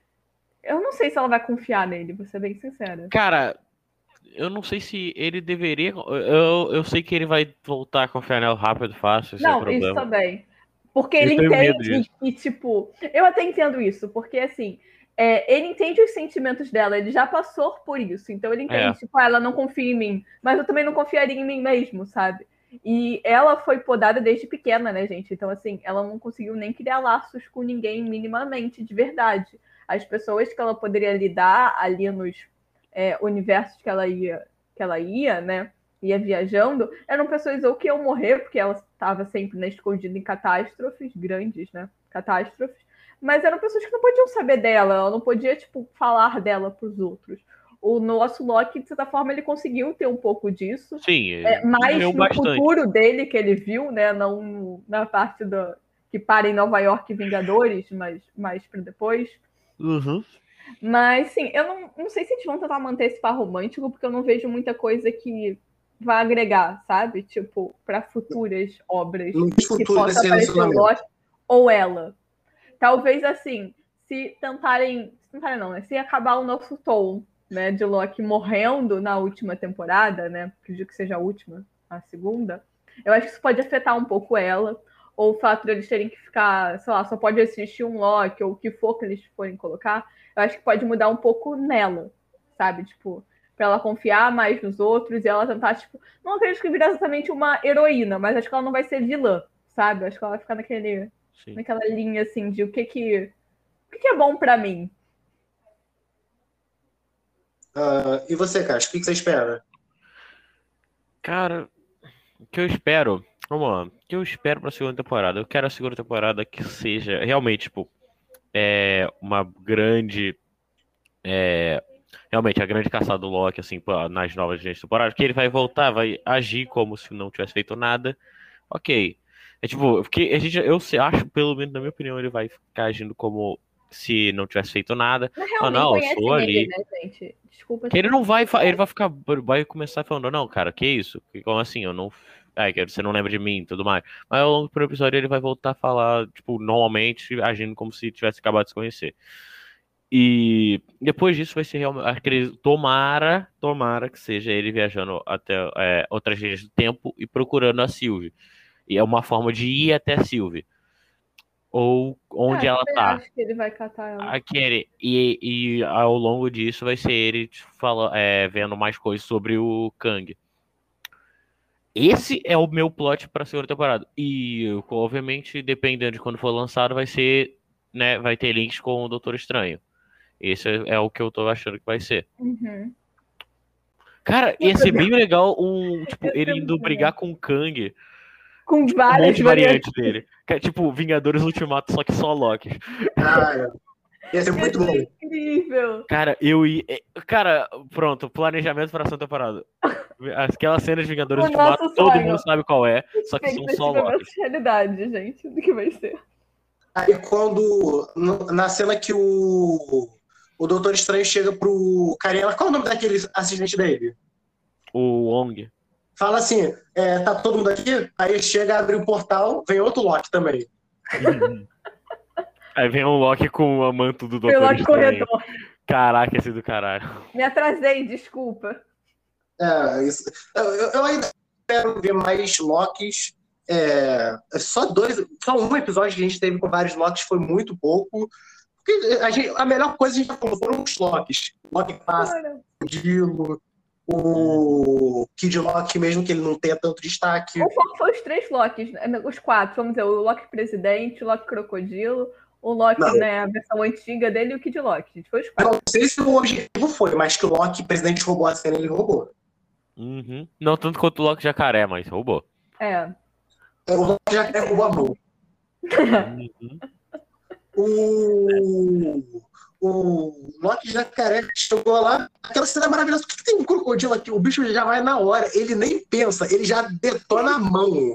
D: Eu não sei se ela vai confiar nele, vou ser bem sincera.
B: Cara, eu não sei se ele deveria. Eu, eu sei que ele vai voltar a confiar nela rápido, fácil, sem
D: Não,
B: problema.
D: isso também. Porque
B: Eu
D: ele
B: tenho medo
D: entende
B: disso.
D: e, tipo... Eu até entendo isso, porque, assim... É, ele entende os sentimentos dela, ele já passou por isso. Então ele entende,
B: É.
D: tipo, ah, ela não confia em mim. Mas eu também não confiaria em mim mesmo, sabe? E ela foi podada desde pequena, né, gente? Então, assim, ela não conseguiu nem criar laços com ninguém minimamente, de verdade. As pessoas que ela poderia lidar ali nos é, universos que ela ia, que ela ia, né? Ia viajando, eram pessoas ou que iam morrer, porque ela estava sempre, né, escondida em catástrofes grandes, né? Catástrofes. Mas eram pessoas que não podiam saber dela, ela não podia, tipo, falar dela para os outros. O nosso Loki, de certa forma, ele conseguiu ter um pouco disso.
B: Sim,
D: É, mais no
B: bastante.
D: futuro dele que ele viu, né? Não na parte do, que para em Nova York Vingadores, mas mais para depois.
B: Uhum.
D: Mas, sim, eu não, não sei se eles vão tentar manter esse par romântico, porque eu não vejo muita coisa que vai agregar, sabe? Tipo, para futuras obras
C: No
D: que
C: futuro
D: possa
C: desse
D: aparecer o
C: relacionamento.
D: Loki ou ela. Talvez, assim, se tentarem... Se tentarem não, né? Se acabar o nosso tom, né, de Loki morrendo na última temporada, né? Acredito que seja a última, a segunda. Eu acho que isso pode afetar um pouco ela. Ou o fato de eles terem que ficar, sei lá, só pode assistir um Loki, ou o que for que eles forem colocar. Eu acho que pode mudar um pouco nela, sabe? Tipo, pra ela confiar mais nos outros e ela tentar, tipo... Não acredito que virar exatamente uma heroína, mas acho que ela não vai ser vilã, sabe? Acho que ela vai ficar naquele...
B: Sim.
D: naquela linha, assim, de o que que, o que, que é bom pra mim.
C: Uh, e você, Cássio, o que, que você espera?
B: Cara, o que eu espero... Vamos lá. O que eu espero pra segunda temporada? Eu quero a segunda temporada que seja realmente, tipo, é, uma grande... É, realmente, a grande caçada do Loki, assim, nas novas temporadas, que ele vai voltar, vai agir como se não tivesse feito nada. Ok. É tipo, porque a gente, eu acho, pelo menos na minha opinião, ele vai ficar agindo como se não tivesse feito nada.
D: Mas
B: Ah,
D: realmente
B: não, eu sou
D: conhecem
B: ali.
D: ele, né, gente? Desculpa.
B: Que ele não vai, ele vai ficar, vai começar falando, não, cara, que isso? Como assim? Eu não, ai, que você não lembra de mim e tudo mais. Mas ao longo do episódio ele vai voltar a falar, tipo, normalmente, agindo como se tivesse acabado de se conhecer. E depois disso vai ser realmente, tomara, tomara que seja ele viajando até é, outras linhas do tempo e procurando a Sylvie. E é uma forma de ir até a Sylvie. Ou onde
D: é,
B: ela tá.
D: Acho que ele vai catar ela.
B: Aquele, e, e ao longo disso vai ser ele fala, é, vendo mais coisas sobre o Kang. Esse é o meu plot pra segunda temporada. E, obviamente, dependendo de quando for lançado, vai ser, né, vai ter links com o Doutor Estranho. Esse é, é o que eu tô achando que vai ser.
D: Uhum.
B: Cara, ia ser bem legal um, tipo,
D: Ia ser
B: ele indo
D: muito
B: brigar com o Kang.
D: Com
B: Um
D: várias
B: monte de
D: variantes.
B: variante dele. Que é tipo Vingadores Ultimato, só que só Loki.
C: Cara, ia ser muito bom.
D: Incrível.
B: Cara, eu ia. Cara, pronto, planejamento para a segunda temporada. Aquela cena de Vingadores
D: O
B: Ultimato,
D: nosso
B: todo
D: sonho.
B: mundo sabe qual é, só que são só
D: Expectativa
B: Loki.
D: versus realidade, gente, do que vai ser.
C: Aí quando, no- na cena que o, o Doutor Estranho chega pro carinha, qual é o nome daquele assistente dele?
B: O Wong.
C: Fala assim, é, tá todo mundo aqui? Aí chega, abre o portal, vem outro Loki também.
B: Aí vem um Loki com o manto do
D: Pelo
B: Doutor Estranho.
D: corredor.
B: Caraca, esse do caralho.
D: Me atrasei, desculpa.
C: É, isso. Eu, eu- eu ainda quero ver mais Lokis. É, só dois, só um episódio que a gente teve com vários Lokis foi muito pouco. Porque a, gente- a melhor coisa que a gente já falou foram os Lokis. Loki passa,
D: Cara,
C: o Dilo, o Kid Loki, mesmo que ele não tenha tanto destaque.
D: o foco foi os três Lokis, né? Os quatro, vamos dizer, o Loki presidente, o Loki crocodilo, O Loki,
C: Não.
D: né? A versão antiga dele e o Kid Loki. Gente, foi os
C: Eu
D: quatro.
C: não sei se o objetivo foi, mas que o Loki, presidente, roubou a cena, ele roubou.
B: Uhum. Não tanto quanto o Loki Jacaré, mas roubou.
D: É.
C: O Loki já até roubou a mão.
B: Uhum.
C: O, o Loki Jacaré chegou lá, aquela cena maravilhosa. Por que tem um crocodilo aqui? O bicho já vai na hora, ele nem pensa, ele já detona a mão.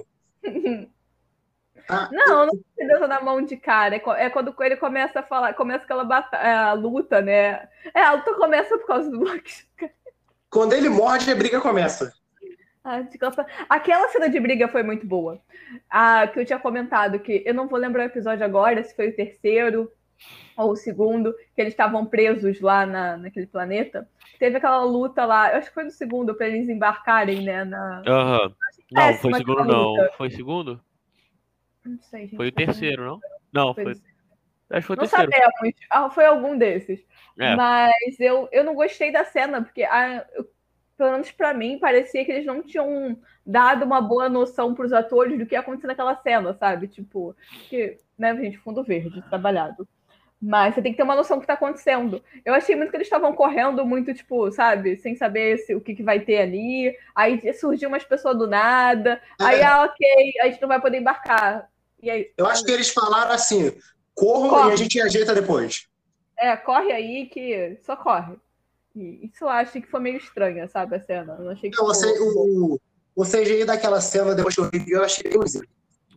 C: Tá?
D: Não, não se deu na mão de cara. É co- É quando ele começa a falar, começa aquela bata- é, a luta, né? É, a luta começa por causa do Loki.
C: Quando ele morde, a briga começa.
D: Ah, de calça- Aquela cena de briga foi muito boa. Ah, que eu tinha comentado que eu não vou lembrar o episódio agora, se foi o terceiro ou o segundo, que eles estavam presos lá na, naquele planeta. Teve aquela luta lá, eu acho que foi no segundo, para eles embarcarem, né? Na...
B: Aham. Não, foi
D: Péssima
B: segundo
D: aquela
B: não.
D: luta.
B: Foi segundo?
D: Não sei, gente.
B: Foi o
D: não sei.
B: terceiro, não? Não,
D: Foi
B: foi.
D: o
B: Acho que foi o
D: Não
B: terceiro.
D: sabemos. Ah, foi algum desses.
B: É.
D: Mas eu, eu não gostei da cena, porque ah, eu- pelo menos pra mim parecia que eles não tinham dado uma boa noção pros atores do que ia acontecer naquela cena, sabe? Tipo, que, né, gente, fundo verde, trabalhado. Mas você tem que ter uma noção do que tá acontecendo. Eu achei muito que eles estavam correndo muito, tipo, sabe, sem saber se, o que, que vai ter ali. Aí surgiu umas pessoas do nada. Aí,
C: É.
D: ah, ok, a gente não vai poder embarcar. E aí,
C: Eu acho que eles falaram assim: corram
D: Corre.
C: e a gente ajeita depois.
D: É, corre aí que só corre. E isso eu achei que foi meio estranha, sabe, a cena. Eu não achei que
C: Não,
D: ficou
C: você,
D: bom.
C: o, o C G I daquela cena, depois que eu vi, eu achei bem ruimzinho.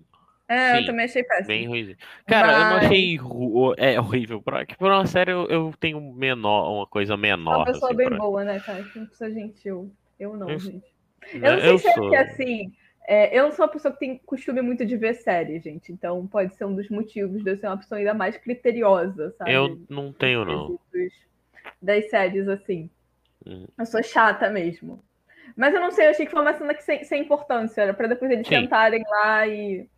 D: É, eu
B: Sim,
D: também achei péssimo.
B: bem ruim. Cara, eu não
D: Mas-
B: achei ru- é horrível. Pra, que por uma série eu, eu tenho menor, uma coisa
D: É uma
B: menor.
D: pessoa
B: assim,
D: bem
B: pra-
D: boa, né, cara? Que não precisa gentil. Eu não,
B: Eu-
D: gente. Eu
B: né,
D: não sei
B: eu
D: se é
B: sou.
D: porque, assim, é, eu não sou uma pessoa que tem costume muito de ver série, gente. Então pode ser um dos motivos de eu ser uma pessoa ainda mais criteriosa, sabe?
B: Eu não tenho, não.
D: Quesitos Das séries, assim.
B: Hum.
D: Eu sou chata mesmo. Mas eu não sei, eu achei que foi uma cena que sem, sem importância. Era pra depois eles
B: Sim.
D: sentarem lá e...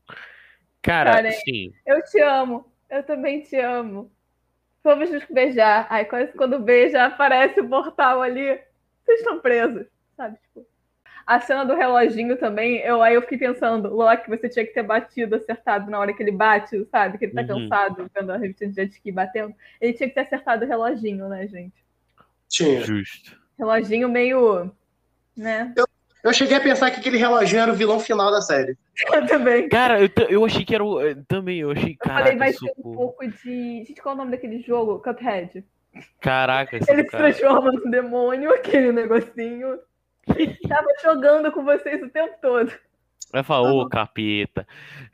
B: Cara,
D: Cara,
B: sim.
D: Eu te amo. Eu também te amo. Vamos nos beijar. Aí quase quando beija, aparece o portal ali. Vocês estão presos, sabe? Tipo, a cena do reloginho também, eu, aí eu fiquei pensando, Loki, você tinha que ter batido, acertado na hora que ele bate, sabe? Que ele tá
B: Uhum.
D: cansado, vendo a revista de jet ski batendo. Ele tinha que ter acertado o reloginho, né, gente?
C: Tinha.
B: Justo.
D: Reloginho meio, né?
C: Eu cheguei a pensar que aquele reloginho era o vilão final da série.
D: Eu também.
B: Cara, eu, ta- eu achei que era o. eh, Também, eu achei.
D: Eu falei,
B: Caraca,
D: vai ter um
B: socorro.
D: pouco de... Gente, qual é o nome daquele jogo? Cuphead.
B: Caraca, esse
D: Ele se
B: cara.
D: transforma no demônio, aquele negocinho. Tava jogando com vocês o tempo todo.
B: Vai falar, ô, capeta.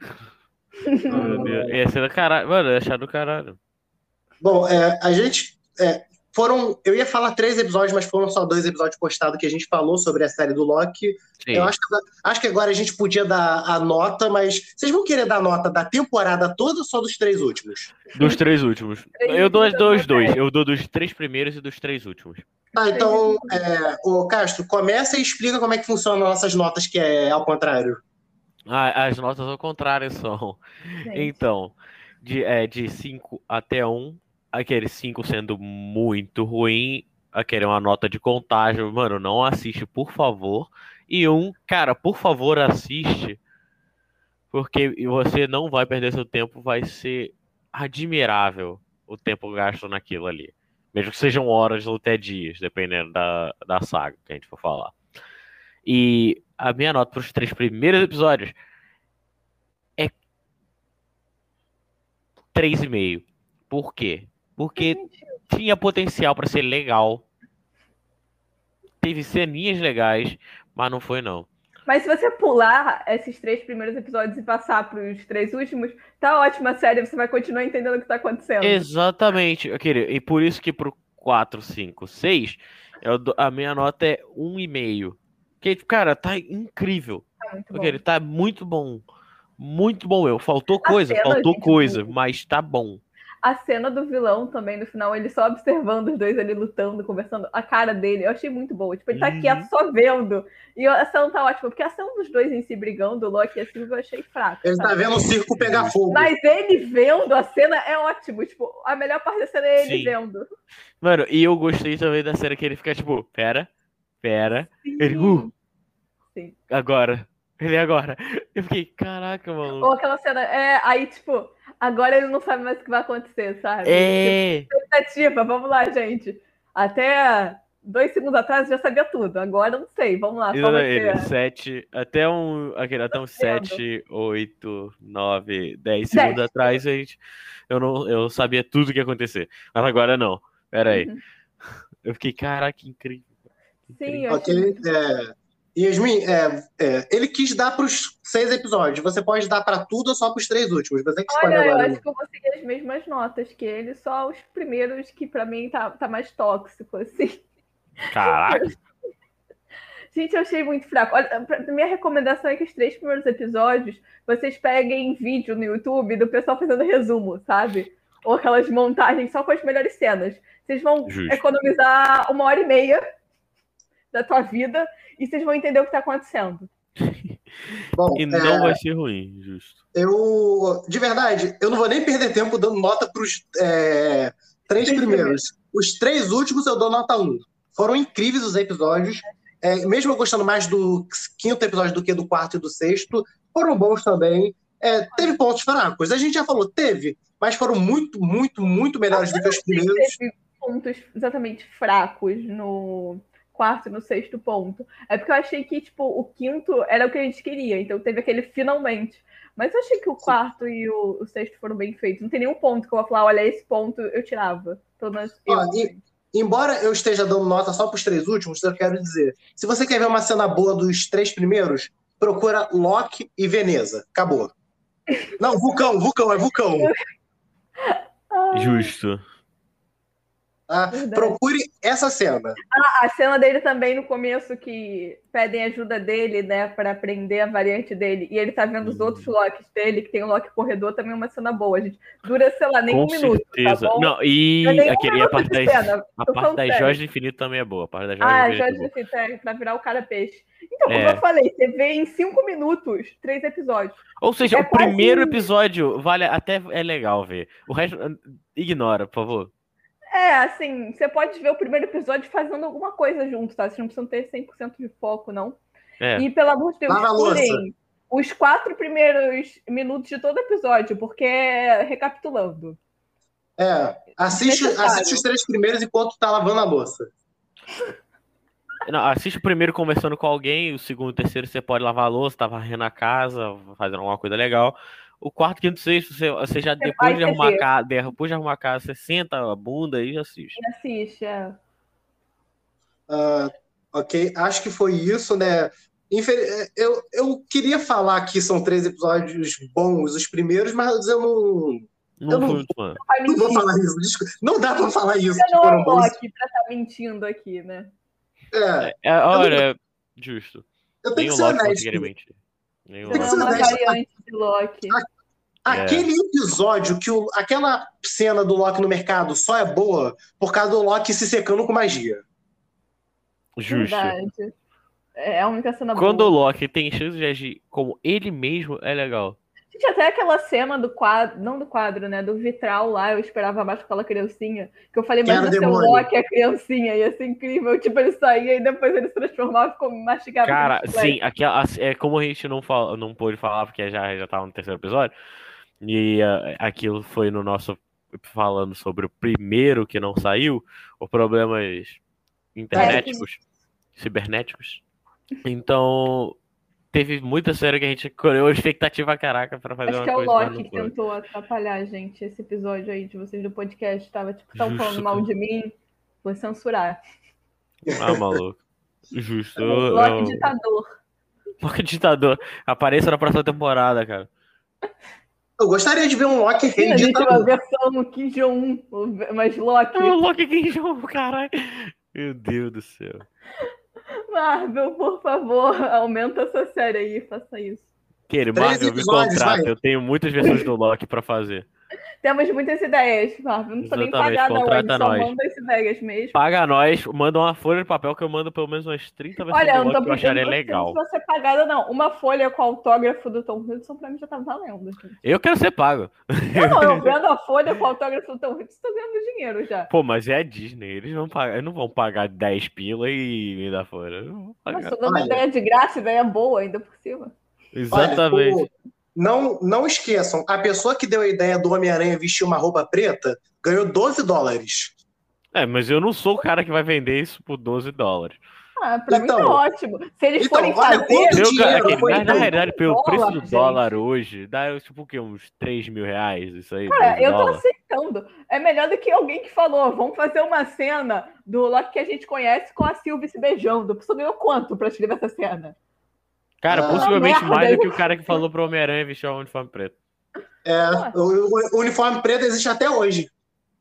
B: Meu Deus. Esse era caralho. Mano, eu achei do caralho.
C: Bom, é, a gente. é, foram. Eu ia falar três episódios, mas foram só dois episódios postados que a gente falou sobre a série do Loki.
B: Sim.
C: Eu acho que, acho que agora a gente podia dar a nota, mas vocês vão querer dar nota da temporada toda ou só dos três últimos?
B: Dos três últimos.
D: Três
B: Eu dou
D: últimos
B: dos
D: eu
B: dois.
D: também.
B: Eu dou dos três primeiros e dos três últimos.
C: Tá, então, é, ô, Castro, começa e explica como é que funcionam nossas notas, que é ao contrário.
B: Ah, as notas ao contrário são.
D: Gente,
B: Então, de, é, de cinco até um, aquele cinco sendo muito ruim, aquele é uma nota de contágio, mano, não assiste, por favor. E um, cara, por favor, assiste, porque você não vai perder seu tempo, vai ser admirável o tempo gasto naquilo ali. Mesmo que sejam horas ou até dias, dependendo da, da saga que a gente for falar. E a minha nota para os três primeiros episódios é três e meio. Por quê? Porque tinha potencial para ser legal. Teve ceninhas legais, mas não foi não.
D: Mas se você pular esses três primeiros episódios e passar para os três últimos, tá ótima a série, você vai continuar entendendo o que tá acontecendo.
B: Exatamente. Aquele, e por isso que pro quatro, cinco, seis, eu dou- a minha nota é um e meio. Que, cara, tá incrível.
D: Tá muito bom.
B: Porque ele tá muito bom. Muito bom, eu. Faltou
D: A
B: coisa,
D: cena,
B: faltou
D: gente,
B: coisa,
D: do-
B: mas tá bom.
D: A cena do vilão também, no final, ele só observando os dois ali lutando, conversando, a cara dele, eu achei muito boa. Tipo, ele tá
B: Uhum.
D: quieto só vendo. E a cena tá ótima, porque a cena dos dois em si brigando, o Loki e a Silvia, eu achei fraca.
C: Ele
D: sabe?
C: tá vendo o circo pegar fogo.
D: Mas ele vendo a cena é ótimo. Tipo, a melhor parte da cena é ele
B: Sim.
D: vendo.
B: Mano, e eu gostei também da cena que ele fica tipo, pera, pera, ele, uh,
D: Sim.
B: agora, ele agora. Eu fiquei, caraca,
D: Ou
B: mano.
D: aquela cena, é, aí, tipo, Agora ele não sabe mais o que vai acontecer, sabe?
B: É.
D: Tipo, expectativa, vamos lá, gente. Até dois segundos atrás eu já sabia tudo. Agora eu não sei. Vamos lá. Qual vai
B: Ele,
D: ser?
B: sete, até um, aquele, até uns
D: vendo.
B: sete, oito, nove, dez
D: Dez.
B: segundos atrás, a gente, eu, não, eu sabia tudo o que ia acontecer. Mas agora não. Pera aí.
D: Uhum.
B: Eu fiquei, caraca, que incrível.
D: Sim, eu achei
C: Ok,
D: muito
C: é, Yasmin, é, é, ele quis dar para os seis episódios. Você pode dar para tudo ou só para os três últimos? Você que escolhe
D: Olha, eu
C: agora.
D: acho que eu vou seguir as mesmas notas que ele, só os primeiros que pra mim tá, tá mais tóxico, assim.
B: Caraca.
D: Gente, eu achei muito fraco. Olha, pra- minha recomendação é que os três primeiros episódios vocês peguem vídeo no YouTube do pessoal fazendo resumo, sabe? Ou aquelas montagens só com as melhores cenas. Vocês vão
B: Justo.
D: economizar uma hora e meia da tua vida e vocês vão entender o que tá acontecendo.
C: Bom,
B: E
C: é,
B: não vai ser ruim, justo.
C: eu, de verdade, eu não vou nem perder tempo dando nota para os é, três
D: Três
C: primeiros. Os três últimos eu dou nota um. Foram incríveis os episódios. É, mesmo eu gostando mais do quinto episódio do que do quarto e do sexto, foram bons também. É, teve pontos fracos, a gente já falou, teve, mas foram muito, muito, muito melhores do que os primeiros.
D: Teve pontos exatamente fracos no quarto e no sexto ponto. É porque eu achei que, tipo, o quinto era o que a gente queria, então teve aquele finalmente. Mas eu achei que o quarto e o, o sexto foram bem feitos. Não tem nenhum ponto que eu vou falar, olha, esse ponto eu tirava. Pelo menos eu.
C: Ó, e- Embora eu esteja dando nota só para os três últimos, eu quero dizer, se você quer ver uma cena boa dos três primeiros, procura Loki e Veneza. Acabou. Não, vulcão, vulcão, é vulcão.
B: Justo.
C: Tá?
D: Verdade.
C: Procure essa cena.
D: A cena dele também no começo, que pedem ajuda dele, né, para aprender a variante dele, e ele tá vendo os
B: Hum.
D: outros Locks dele, que tem o Loki corredor, também é uma cena boa, gente. Dura, sei lá, nem
B: Com
D: um minuto,
B: certeza.
D: tá bom?
B: Não, e
D: Não é nem um
B: aquele, a
D: minuto
B: parte
D: de
B: das,
D: cena,
B: a
D: tô
B: parte
D: falando
B: das
D: sério.
B: joias do infinito também é boa. A parte das joias
D: Ah,
B: do infinito
D: Jorge
B: é boa.
D: Difícil, é pra virar o cara peixe. Então, como
B: É.
D: eu falei, você vê em cinco minutos, três episódios.
B: Ou seja,
D: É
B: o primeiro
D: quase-
B: episódio vale até é legal ver. O resto ignora, por favor.
D: É, assim, você pode ver o primeiro episódio fazendo alguma coisa junto, tá? Vocês não precisam ter cem por cento de foco, não.
B: É.
D: E, pelo amor de Deus,
C: Lava a louça.
D: pulem os quatro primeiros minutos de todo episódio, porque é recapitulando.
C: É, assiste,
D: Necessário.
C: assiste os três primeiros enquanto tá lavando a louça.
B: Não, assiste o primeiro conversando com alguém, o segundo e o terceiro você pode lavar a louça, tá varrendo a casa, fazendo alguma coisa legal. O quarto, quinto, sexto, você, você já depois
D: vai
B: de arrumar a
D: fazer.
B: casa, depois de arrumar a casa, você senta a bunda e assiste.
D: E assiste, é.
C: Ah, ok, acho que foi isso, né? Infel- Eu, eu queria falar que são três episódios bons, os primeiros, mas eu não,
B: Não
C: Eu não-
B: fui muito fã.
D: Vai
C: não vou
D: mentir.
C: falar isso. Desculpa. Não dá pra falar isso.
D: Você
C: que
D: não é
C: foram
D: o
C: bons.
D: Loki pra estar mentindo aqui, né?
C: É,
B: É, olha, justo.
C: eu
B: Nem
C: tenho
B: o
C: que ser
B: Loki
C: honesto.
B: conseguiria mentir. Nem o
D: Você
C: Tem que
D: não é
C: ser
B: Loki.
D: uma
C: honesto.
D: variante de Loki.
C: Aquele episódio que o, aquela cena do Loki no mercado só é boa por causa do Loki se secando com magia.
B: Justo.
D: Verdade. É a única cena
B: Quando o
D: boa.
B: Loki tem chance de agir como ele mesmo, é legal.
D: Gente, até aquela cena do quadro, não do quadro, né? Do vitral lá, eu esperava mais com aquela criancinha. Que eu falei,
C: Que
D: mas
C: era o
D: você é o
C: demônio.
D: Loki, a criancinha, ia ser incrível. Tipo, ele saía e depois ele se transformava e ficou mastigado.
B: Cara,
D: com chiclete.
B: sim, aquela, é como a gente não, fala, não pôde falar, porque já, já tava no terceiro episódio. E ah, aquilo foi no nosso falando sobre o primeiro que não saiu, os problemas internéticos, cibernéticos. Então, teve muita série que a gente criou expectativa caraca pra fazer
D: Acho
B: uma
D: que é o
B: coisa. mas
D: Loki
B: não
D: que
B: foi.
D: tentou atrapalhar a gente. Esse episódio aí de vocês do podcast tava, tipo, tão
B: Justo.
D: falando mal de mim. Vou censurar.
B: Ah, maluco. Justo. Eu,
D: Loki
B: eu...
D: ditador.
B: Loki ditador. Apareça na próxima temporada, cara.
C: Eu gostaria de ver um Loki rei
D: A gente tem uma
C: ditador.
D: versão Kim Jong-un, mas Loki.
B: É o Loki que jogo, caralho. Meu Deus do céu.
D: Marvel, por favor, aumenta essa série aí, faça isso.
B: Querido,
C: Três
B: Marvel, me
C: episódios,
B: contrata.
C: vai.
B: Eu tenho muitas versões do Loki pra fazer.
D: Temos muitas ideias, Marvel. Não precisa nem
B: Exatamente,
D: pagar, não. A
B: contrata
D: gente só
B: nós.
D: manda as ideias mesmo.
B: Paga nós, manda uma folha de papel que eu mando pelo menos umas trinta versões
D: Olha, eu
B: do
D: não tô
B: Loki que eu acharia
D: pedindo
B: legal.
D: pra ser pagada, não. Uma folha com autógrafo do Tom Hiddleston pra mim já tá valendo. Gente.
B: Eu quero ser pago.
D: Eu não, eu vendo a folha com autógrafo do Tom Hiddleston, tô ganhando dinheiro já.
B: Pô, mas é a Disney, eles vão pagar, eles não vão pagar dez pila e me dar folha. Eles não vão
D: Mas
B: pagar.
D: tô dando
C: Olha.
D: ideia de graça, ideia boa ainda por cima.
C: Olha,
B: Exatamente.
C: o- não, não esqueçam, a pessoa que deu a ideia do Homem-Aranha vestir uma roupa preta ganhou doze dólares.
B: É, mas eu não sou o cara que vai vender isso por doze dólares.
D: Ah, pra
C: Então-
D: mim tá ótimo. Se eles
C: então,
D: forem
C: olha
D: fazer...
C: quanto
B: Meu, cara,
C: dinheiro
B: aquele-
C: foi
B: na, na
C: feito.
B: realidade, pelo preço do
D: Dólar,
B: dólar
D: gente.
B: hoje, dá tipo o quê? Uns três mil reais, isso aí?
D: Cara,
B: doze
D: eu tô
B: dólares.
D: aceitando. É melhor do que alguém que falou, vamos fazer uma cena do Loki que a gente conhece com a Sylvie se beijando. A pessoa ganhou quanto pra escrever essa cena?
B: Cara,
C: Ah,
B: possivelmente
D: merda,
B: mais do que
D: eu-
B: o cara que falou pro Homem-Aranha vestir o uniforme preto.
C: É, o, o uniforme preto existe até hoje.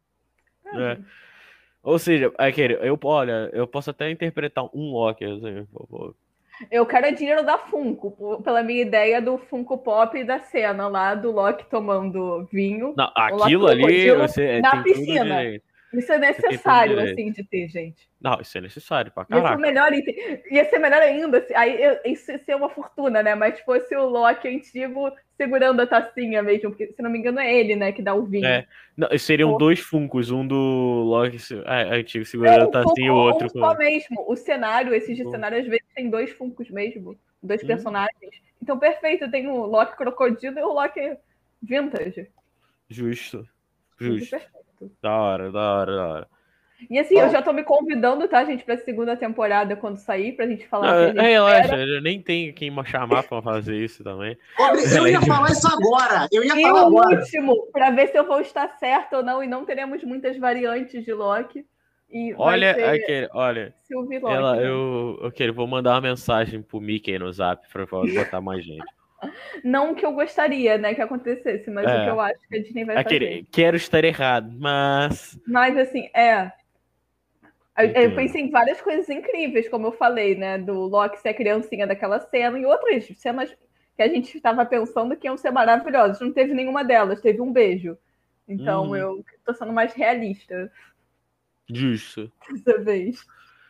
B: É. Ou seja, aquele, eu, olha, eu posso até interpretar um Loki, assim, por favor.
D: Eu quero é dinheiro da Funko, por- pela minha ideia do Funko Pop e da cena lá do Loki tomando vinho.
B: Não,
D: Loki
B: aquilo ali,
D: crocodilo
B: você é,
D: na
B: tem tudo
D: piscina.
B: direito.
D: Isso é
B: tem tudo
D: necessário,
B: direito.
D: assim, de ter, gente.
B: Não, isso é necessário pra
D: Ia ser o
B: caraca.
D: melhor item. Ia ser melhor ainda. se- Aí eu- isso ia ser uma fortuna, né? Mas fosse o Loki antigo segurando a tacinha mesmo. Porque, se não me engano, é ele, né, que dá o vinho.
B: É. Não, seriam
D: Pô.
B: dois Funkos, um do Loki se- é, antigo segurando a
D: Um
B: tacinha e o
D: Funko,
B: outro
D: um
B: com.
D: só mesmo. O cenário, esses de
B: Bom.
D: cenário, às vezes tem dois Funkos mesmo. Dois
B: Hum.
D: personagens. Então, perfeito. Tem o Loki crocodilo e o Loki vintage.
B: Justo.
D: Tudo
B: Justo.
D: perfeito.
B: Da hora, da hora, da hora.
D: E assim,
C: Bom.
D: eu já tô me convidando, tá, gente, pra segunda temporada quando sair, pra gente falar o que a
B: Não,
D: gente
B: é, relaxa,
D: espera.
B: eu nem tem quem me chamar pra fazer isso também.
C: Eu ia falar isso agora. Eu ia
D: E
C: falar
D: o
C: agora.
D: último, pra ver se eu vou estar certa ou não, e não teremos muitas variantes de Loki. E
B: Olha,
D: vai ser
B: aquele, olha,
D: Sylvie Loki.
B: ela,
D: né?
B: eu, ok, vou mandar uma mensagem pro Mickey no Zap pra botar mais gente.
D: Não que eu gostaria, né, que acontecesse, mas
B: É.
D: o que eu acho que a Disney vai
B: Aquele,
D: fazer.
B: quero estar errado, mas
D: Mas assim, é. Eu, eu
B: Entendo.
D: pensei em várias coisas incríveis, como eu falei, né? Do Loki ser a criancinha daquela cena e outras cenas que a gente estava pensando que iam ser maravilhosas. Não teve nenhuma delas, teve um beijo. Então
B: Uhum.
D: eu tô sendo mais realista
B: justo.
D: dessa vez.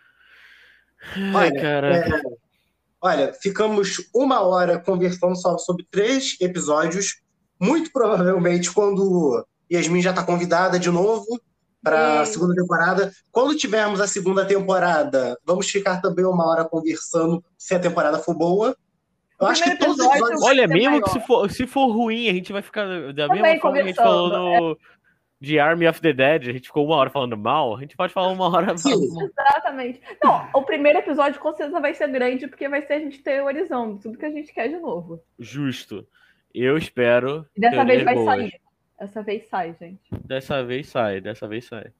B: Ai,
C: Olha,
B: caraca.
C: Olha, ficamos uma hora conversando só sobre três episódios. Muito provavelmente, quando Yasmin já está convidada de novo para a
D: E-
C: segunda temporada. Quando tivermos a segunda temporada, vamos ficar também uma hora conversando se a temporada for boa. Eu
D: O
C: acho que
D: primeiro
C: todos os
D: episódio-
C: episódios.
B: Olha,
D: ser
B: mesmo
D: maior.
B: que se for, se for ruim, a gente vai ficar da
D: Também
B: mesma forma que a gente falou
D: conversando,
B: no de Army of the Dead, a gente ficou uma hora falando mal, a gente pode falar uma hora
C: Sim.
B: falando...
D: Exatamente. Não, o primeiro episódio com certeza vai ser grande, porque vai ser a gente teorizando tudo que a gente quer de novo.
B: Justo. Eu espero.
D: E dessa
B: teorias
D: vez vai
B: boas.
D: sair. Dessa vez sai, gente.
B: Dessa vez sai, dessa vez sai.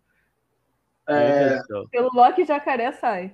C: É,
B: Meu Deus do céu.
D: Pelo Loki Jacaré sai.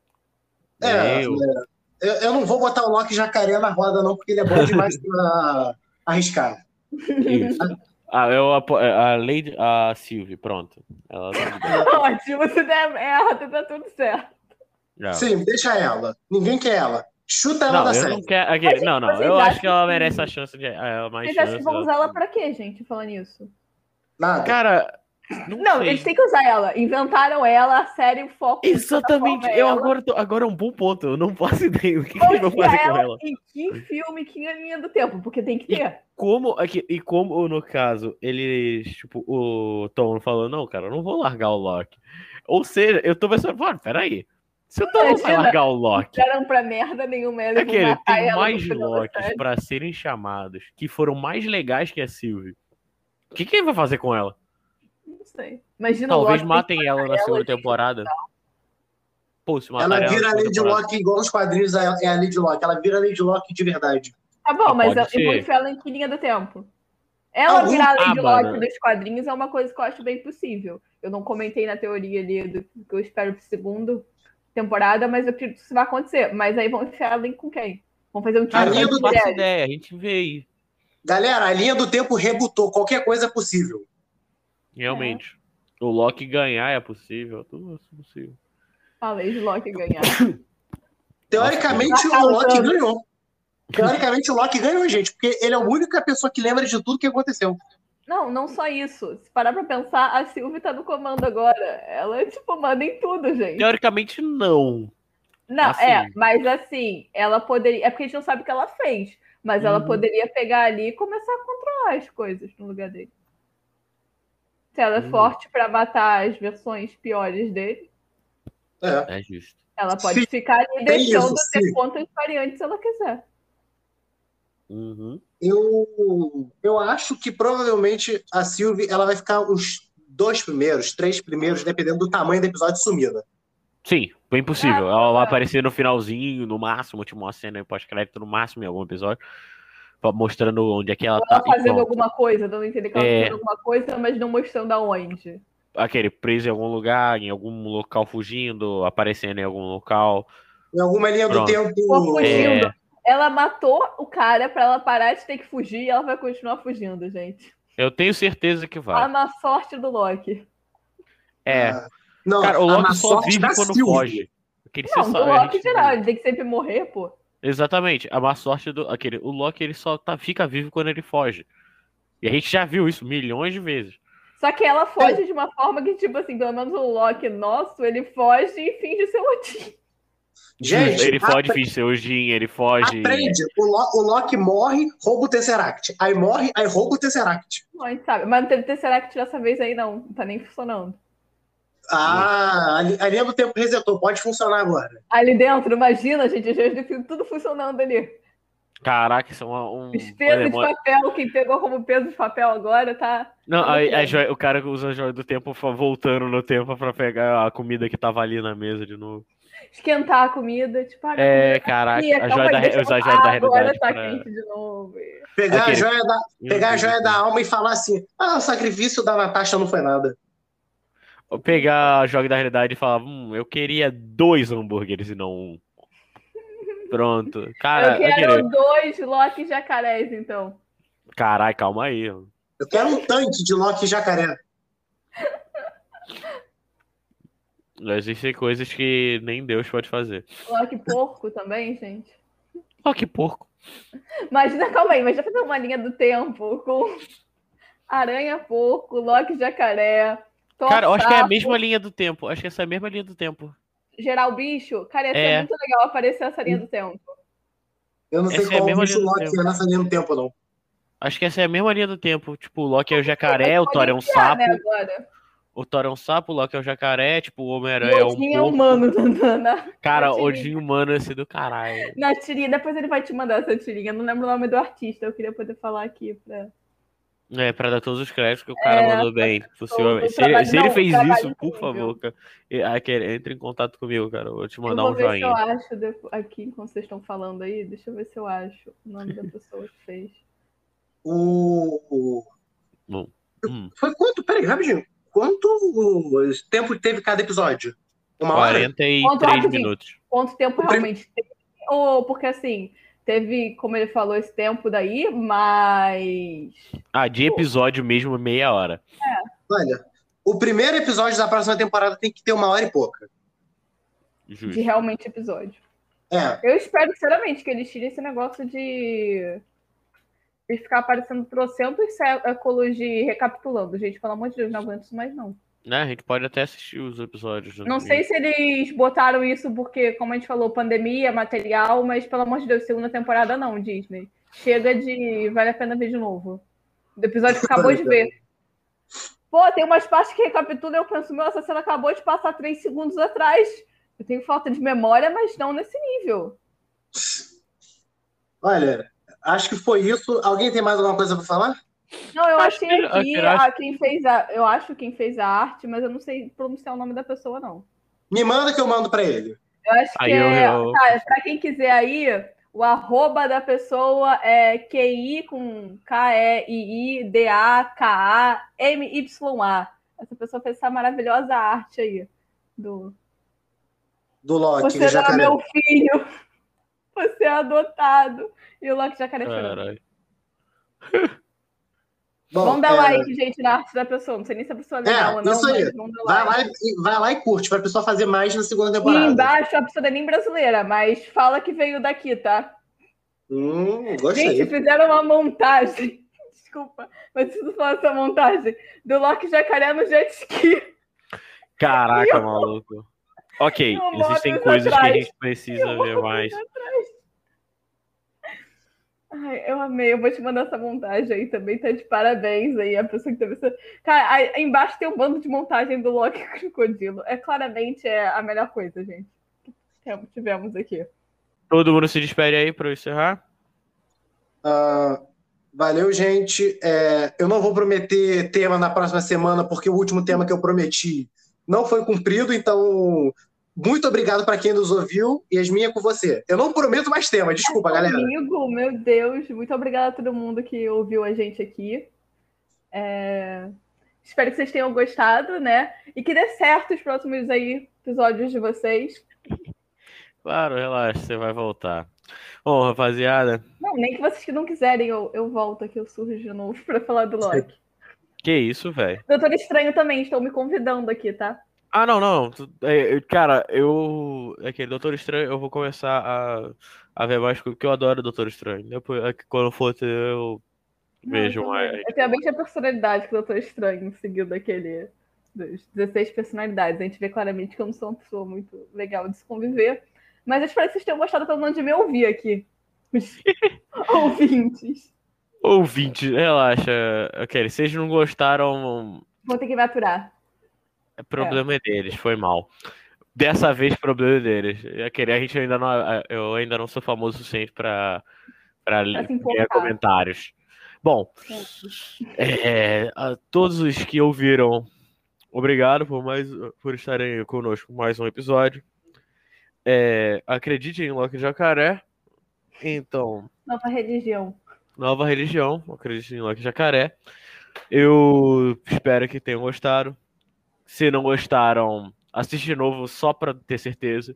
C: é,
B: Meu.
C: eu, eu não vou botar o Loki Jacaré na roda, não, porque ele é bom demais para arriscar.
B: Isso. Ah, eu apo... a Lady, a Sylvie, pronto. Ela tá
D: Ótimo, se der merda, tá tudo certo.
B: já.
C: Sim, deixa ela. Ninguém quer ela. Chuta ela
B: Não,
C: da
B: eu
C: série.
B: não quero. aquele-
D: Mas,
B: Não, não.
D: vocês
B: Eu
D: acham
B: acho que ela
D: que-
B: merece a chance de. É, mais
D: Vocês acham
B: chance.
D: que vão usar ela pra quê, gente, falando nisso?
C: Nada.
B: Cara, não,
D: Não,
B: sei.
D: eles têm que usar ela. Inventaram ela, a série, o foco. de
B: Exatamente.
D: plataforma é
B: Eu
D: ela.
B: agora, tô... agora é um bom ponto. Eu não faço ideia do que, que
D: Vão
B: eles vão
D: enfiar
B: fazer com
D: ela
B: ela.
D: em que filme, que linha do tempo? Porque tem que ter.
B: Como, aqui, e como, no caso, eles, tipo, o Tom falou, não, cara, eu não vou largar o Loki. Ou seja, eu tô pensando, mano, peraí. Se o Tom vai
D: Imagina.
B: largar o Loki,
D: Não deram pra merda nenhuma.
B: é
D: Eles
B: que
D: vão
B: ele
D: matar
B: tem
D: ela no
B: mais
D: final da
B: Lokis
D: série.
B: pra serem chamados, que foram mais legais que a Sylvie. O que, que ele vai fazer com ela?
D: Não sei. Imagina o
B: Talvez
D: Loki
B: matem ela na
D: ela,
B: segunda
D: gente.
B: temporada. Pô, se
C: Ela
B: matarem
C: vira
B: na
C: a
B: segunda
C: Lady
B: temporada-
C: Locke igual nos quadrinhos é é a Lady Locke. Ela vira a Lady Locke de verdade.
D: Tá bom,
B: Ah,
D: mas
B: pode
D: eu, eu vou
B: ser.
D: enfiar ela em que linha do tempo? Ela
C: Algum-
D: virar a Lady
B: Ah,
D: Locke
B: mano.
D: nos quadrinhos é uma coisa que eu acho bem possível. Eu não comentei na teoria ali do que eu espero pro segundo temporada, mas eu acredito que isso vai acontecer. Mas aí vão enfiar ela em com quem? Vão fazer um
C: A
B: Cara,
C: linha
B: eu
C: do
B: não faço
D: Mulheres.
B: ideia, a gente vê aí.
C: Galera, a linha do tempo rebutou. Qualquer coisa é possível.
B: Realmente. O Loki ganhar é possível, tudo é possível.
D: A Lady Locke ganhar.
C: Teoricamente,
D: Nossa,
C: o Loki
D: Thanos.
C: ganhou. Teoricamente, o Loki ganhou, gente, porque ele é a única pessoa que lembra de tudo que aconteceu.
D: Não, não só isso. Se parar pra pensar, a Sylvie tá no comando agora. Ela, tipo, manda em tudo, gente.
B: Teoricamente, não.
D: Não,
B: assim.
D: é, mas assim, ela poderia. É porque a gente não sabe o que ela fez. Mas ela
B: Uhum.
D: poderia pegar ali e começar a controlar as coisas no lugar dele. Se ela é
B: Uhum.
D: forte pra matar as versões piores dele,
C: É.
B: É justo.
D: ela pode
C: Sim,
D: ficar ali
C: tem
D: deixando
C: isso,
D: ter
C: sim.
D: quantas variantes ela quiser.
B: Uhum.
C: Eu, eu acho que provavelmente a Sylvie ela vai ficar os dois primeiros, três primeiros, dependendo do tamanho do episódio, sumida.
B: Sim, bem possível.
D: Ah,
B: Ela vai
D: tá.
B: aparecer no finalzinho, no máximo, última cena pós-crédito, no máximo, em algum episódio, mostrando onde é que ela
D: Ou
B: tá.
D: ela
B: E
D: fazendo
B: pronto.
D: alguma coisa, dando a entender que ela tá
B: É.
D: fazendo alguma coisa, mas não mostrando aonde.
B: Aquele preso em algum lugar, em algum local fugindo, aparecendo em algum local.
C: Em alguma linha do
B: Pronto.
C: tempo.
D: Ou fugindo.
B: É,
D: Ela matou o cara pra ela parar de ter que fugir e ela vai continuar fugindo, gente.
B: eu tenho certeza que
D: A
B: vai.
D: má sorte do Loki.
B: É.
C: Ah, não,
B: Cara, o
C: a
B: Loki
C: má
B: só
C: sorte
B: vive
C: da
B: quando
C: Sylvie.
B: foge. Aquele
D: Não,
B: você
D: do
B: sabe, a
D: Loki
B: gente-
D: geral, ele tem que sempre morrer, pô.
B: Exatamente. A má sorte do. Aquele, o Loki ele só tá, fica vivo quando ele foge. E a gente já viu isso milhões de vezes.
D: Só que ela foge de uma forma que, tipo assim, pelo menos o Loki nosso, ele foge e finge ser Odin.
C: Gente,
B: ele foge,
C: apre-
B: finge ser Odin, ele foge.
C: aprende. O, Lo- o Loki morre, rouba o Tesseract. Aí morre, aí rouba o Tesseract.
D: Não, a gente sabe. Mas não teve Tesseract dessa vez aí, não. Não tá nem funcionando.
C: Ah, a, li- a linha do tempo resetou. Pode funcionar agora.
D: Ali dentro, imagina, gente, as vezes do filme, tudo funcionando ali.
B: Caraca, isso é uma, um.
D: Os pesos de
B: olha,
D: papel, quem pegou como peso de papel agora, tá.
B: Não,
D: tá
B: a, a
D: loucura.
B: joia- o cara que usa a joia do tempo fa- voltando no tempo pra pegar a comida que tava ali na mesa de novo.
D: Esquentar a comida, tipo, ah,
B: É,
D: minha
B: caraca,
D: comida tá
B: a
D: fria,
B: joia da,
D: calma aí,
B: re- usar a
D: deixa eu-
B: joia da
D: ah, agora
B: realidade
D: tá
B: pra...
D: quente de novo.
C: Pegar,
B: Aquele-
C: a joia, da,
B: Meu
C: pegar a
B: Deus
C: joia
B: do
C: da
B: céu.
C: alma e falar assim: ah, o sacrifício da Natasha não foi nada.
B: Ou pegar a joia da realidade e falar, hum, eu queria dois hambúrgueres e não um. Pronto. Cara,
D: eu quero
B: aquele...
D: dois Loki jacarés, então.
B: Carai, calma aí. ó.
C: Eu quero um tanque de Loki jacaré.
B: Existem coisas que nem Deus pode fazer.
D: Loki porco também, gente.
B: Ó, que porco.
D: Imagina, calma aí, imagina fazer uma linha do tempo com aranha porco, Loki jacaré, Thor
B: Cara, eu acho que é a
D: sapo,
B: mesma linha do tempo. Acho que essa é a mesma linha do tempo.
D: geral bicho. Cara, ia ser
B: É.
D: muito legal aparecer essa linha do tempo.
C: Eu não sei
B: Essa é a
C: qual
B: mesma
C: bicho
B: linha do
C: Loki
B: tempo.
C: é nessa linha do tempo, não.
B: Acho que essa é a mesma linha do tempo. Tipo, o Loki é o jacaré, o Thor é um
D: Pode criar,
B: sapo.
D: né, agora.
B: O Thor é um sapo, o Loki é o jacaré, tipo, o
D: E
B: Homem-Aranha é um
D: Odin é
B: porco.
D: humano, na, na,
B: Cara,
D: na tirinha.
B: Odin humano é esse do caralho.
D: Na tirinha, depois ele vai te mandar essa tirinha. Não lembro o nome do artista, eu queria poder falar aqui pra.
B: É, pra dar todos os créditos que o cara
D: É,
B: mandou bem. Possivelmente.
D: o
B: Se ele,
D: trabalho-
B: se ele
D: não, o
B: fez
D: trabalho
B: isso, por
D: incrível.
B: favor, cara, e- ah, que- entre em contato comigo, cara. Eu vou te
D: Eu
B: mandar
D: vou
B: um
D: ver se eu
B: joinha.
D: acho depois- aqui, enquanto vocês estão falando aí. Deixa eu ver se eu acho o nome da pessoa que fez.
C: O. o-
B: Bom, hum,
C: Foi quanto? Peraí, rapidinho. Quanto tempo teve cada episódio? Uma hora?
B: quarenta e
D: Quanto
B: três
D: rapidinho?
B: minutos.
D: Quanto tempo
C: O prim-
D: realmente teve? Ou porque assim, teve, como ele falou, esse tempo daí, mas.
B: Ah, de episódio mesmo, meia hora.
C: Olha, o primeiro episódio da próxima temporada tem que ter uma hora e pouca.
B: Justo.
D: De realmente episódio.
C: É.
D: Eu espero, sinceramente, que eles tirem esse negócio de. de ficar aparecendo trocentos séculos de recapitulando. Gente, pelo amor de Deus, não aguento isso mais, não.
B: Né, a gente pode até assistir os episódios. né?
D: Não sei se eles botaram isso porque, como a gente falou, pandemia, material, mas pelo amor de Deus, segunda temporada não, Disney. Chega de. Vale a pena ver de novo. Do episódio que acabou de ver. Pô, tem umas partes que recapitulam e eu penso, meu, essa cena acabou de passar três segundos atrás. Eu tenho falta de memória, mas não nesse nível.
C: Olha, acho que foi isso. Alguém tem mais alguma coisa pra falar?
D: Não, eu
B: Acho
D: achei
B: que-
D: aqui
B: eu acho-
D: a, quem fez a. Eu acho quem fez a arte, mas eu não sei pronunciar o nome da pessoa, não.
C: Me manda que eu mando pra ele.
D: Eu acho que
B: Aí eu-
D: é.
B: eu-
D: Tá, pra quem quiser aí, o arroba da pessoa é Q I com K E I I D A K A M Y A. Essa pessoa fez essa maravilhosa arte aí. Do...
C: Do Loki,
D: Você
C: do
D: não é
C: jacaré.
D: meu filho. Você é adotado. E o Loki Jacaré chorando.
B: Caralho.
C: Bom,
D: Vamos dar
C: é,
D: like, gente, na arte da pessoa. Não sei nem se a pessoa é legal
C: É,
D: ou não,
C: isso aí.
D: mas vamos dar
C: Vai
D: like.
C: lá, e, vai lá e curte, pra pessoa fazer mais na segunda
D: E
C: temporada.
D: embaixo a pessoa não é nem brasileira, mas fala que veio daqui, tá?
C: Hum, gostei.
D: Gente, fizeram uma montagem. Desculpa, mas preciso falar essa montagem do Loki Jacaré no jet ski.
B: Caraca, maluco. Ok,
D: Eu
B: existem
D: moto
B: coisas que a
D: atrás.
B: gente precisa
D: Eu
B: ver
D: moto
B: mais.
D: Ai, eu amei, eu vou te mandar essa montagem aí também, tá de parabéns aí, a pessoa que teve essa... Cara, aí, aí embaixo tem um bando de montagem do Loki Crocodilo. É claramente é a melhor coisa, gente, que tivemos aqui.
B: Todo mundo se despede aí pra eu encerrar?
C: Ah, valeu, gente. É, eu não vou prometer tema na próxima semana, porque o último tema que eu prometi não foi cumprido, então muito obrigado para quem nos ouviu. Yasmin, é com você. Eu não prometo mais tema, desculpa, galera.
D: Amigo, meu Deus, muito obrigada a todo mundo que ouviu a gente aqui. É... Espero que vocês tenham gostado, né? E que dê certo os próximos aí episódios de vocês.
B: Claro, relaxa, você vai voltar. Bom, rapaziada.
D: Não, nem que vocês que não quiserem, eu, eu volto aqui, eu surjo de novo pra falar do Loki.
B: Que isso, velho?
D: Doutor Estranho também, estão me convidando aqui, tá?
B: Ah, não, não. tu- é, eu- cara, eu. Aquele Doutor Estranho, eu vou começar a, a ver mais, porque eu adoro Doutor Estranho. Depois, é que quando for ter, eu
D: Não,
B: vejo
D: eu,
B: mais.
D: também. Eu tenho a mesma personalidade que o Doutor Estranho, seguido daquele dos dezesseis personalidades. A gente vê claramente que eu não sou uma pessoa muito legal de se conviver. Mas eu espero que vocês tenham gostado pelo menos de me ouvir aqui. Os ouvintes.
B: Ouvinte, relaxa. Aquele, se vocês não gostaram,
D: Vou ter que me aturar.
B: é problema é deles, foi mal. Dessa vez, problema é deles. Aquele, a gente ainda não. Eu ainda não sou famoso o suficiente pra, pra
D: Pra se
B: ler
D: importar.
B: comentários. Bom, é, a todos os que ouviram, obrigado por, mais, por estarem conosco mais um episódio. É, acredite em Loki Jacaré. Então,
D: Nova religião.
B: nova religião, acredite em Loki Jacaré. Eu espero que tenham gostado. Se não gostaram, assiste de novo só pra ter certeza.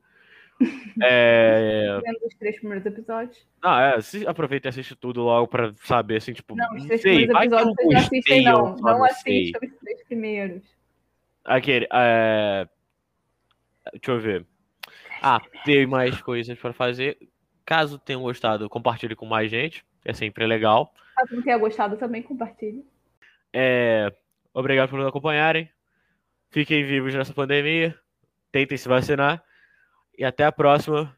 B: É...
D: Vendo os três primeiros episódios.
B: Ah, é, assi- aproveita e assiste tudo logo pra saber, assim, tipo,
D: Não, os
B: não
D: três
B: sei,
D: primeiros
B: vai que eu
D: episódios vocês não assistem,
B: gostei,
D: não.
B: eu só
D: Não
B: não sei.
D: assistam os três primeiros.
B: Aquele, é... deixa eu ver. Ah, tem mais coisas pra fazer. Caso tenham gostado, compartilhe com mais gente. É sempre legal.
D: Caso não tenha gostado, também compartilhe.
B: É... Obrigado por nos acompanharem. Fiquem vivos nessa pandemia. Tentem se vacinar. E até a próxima.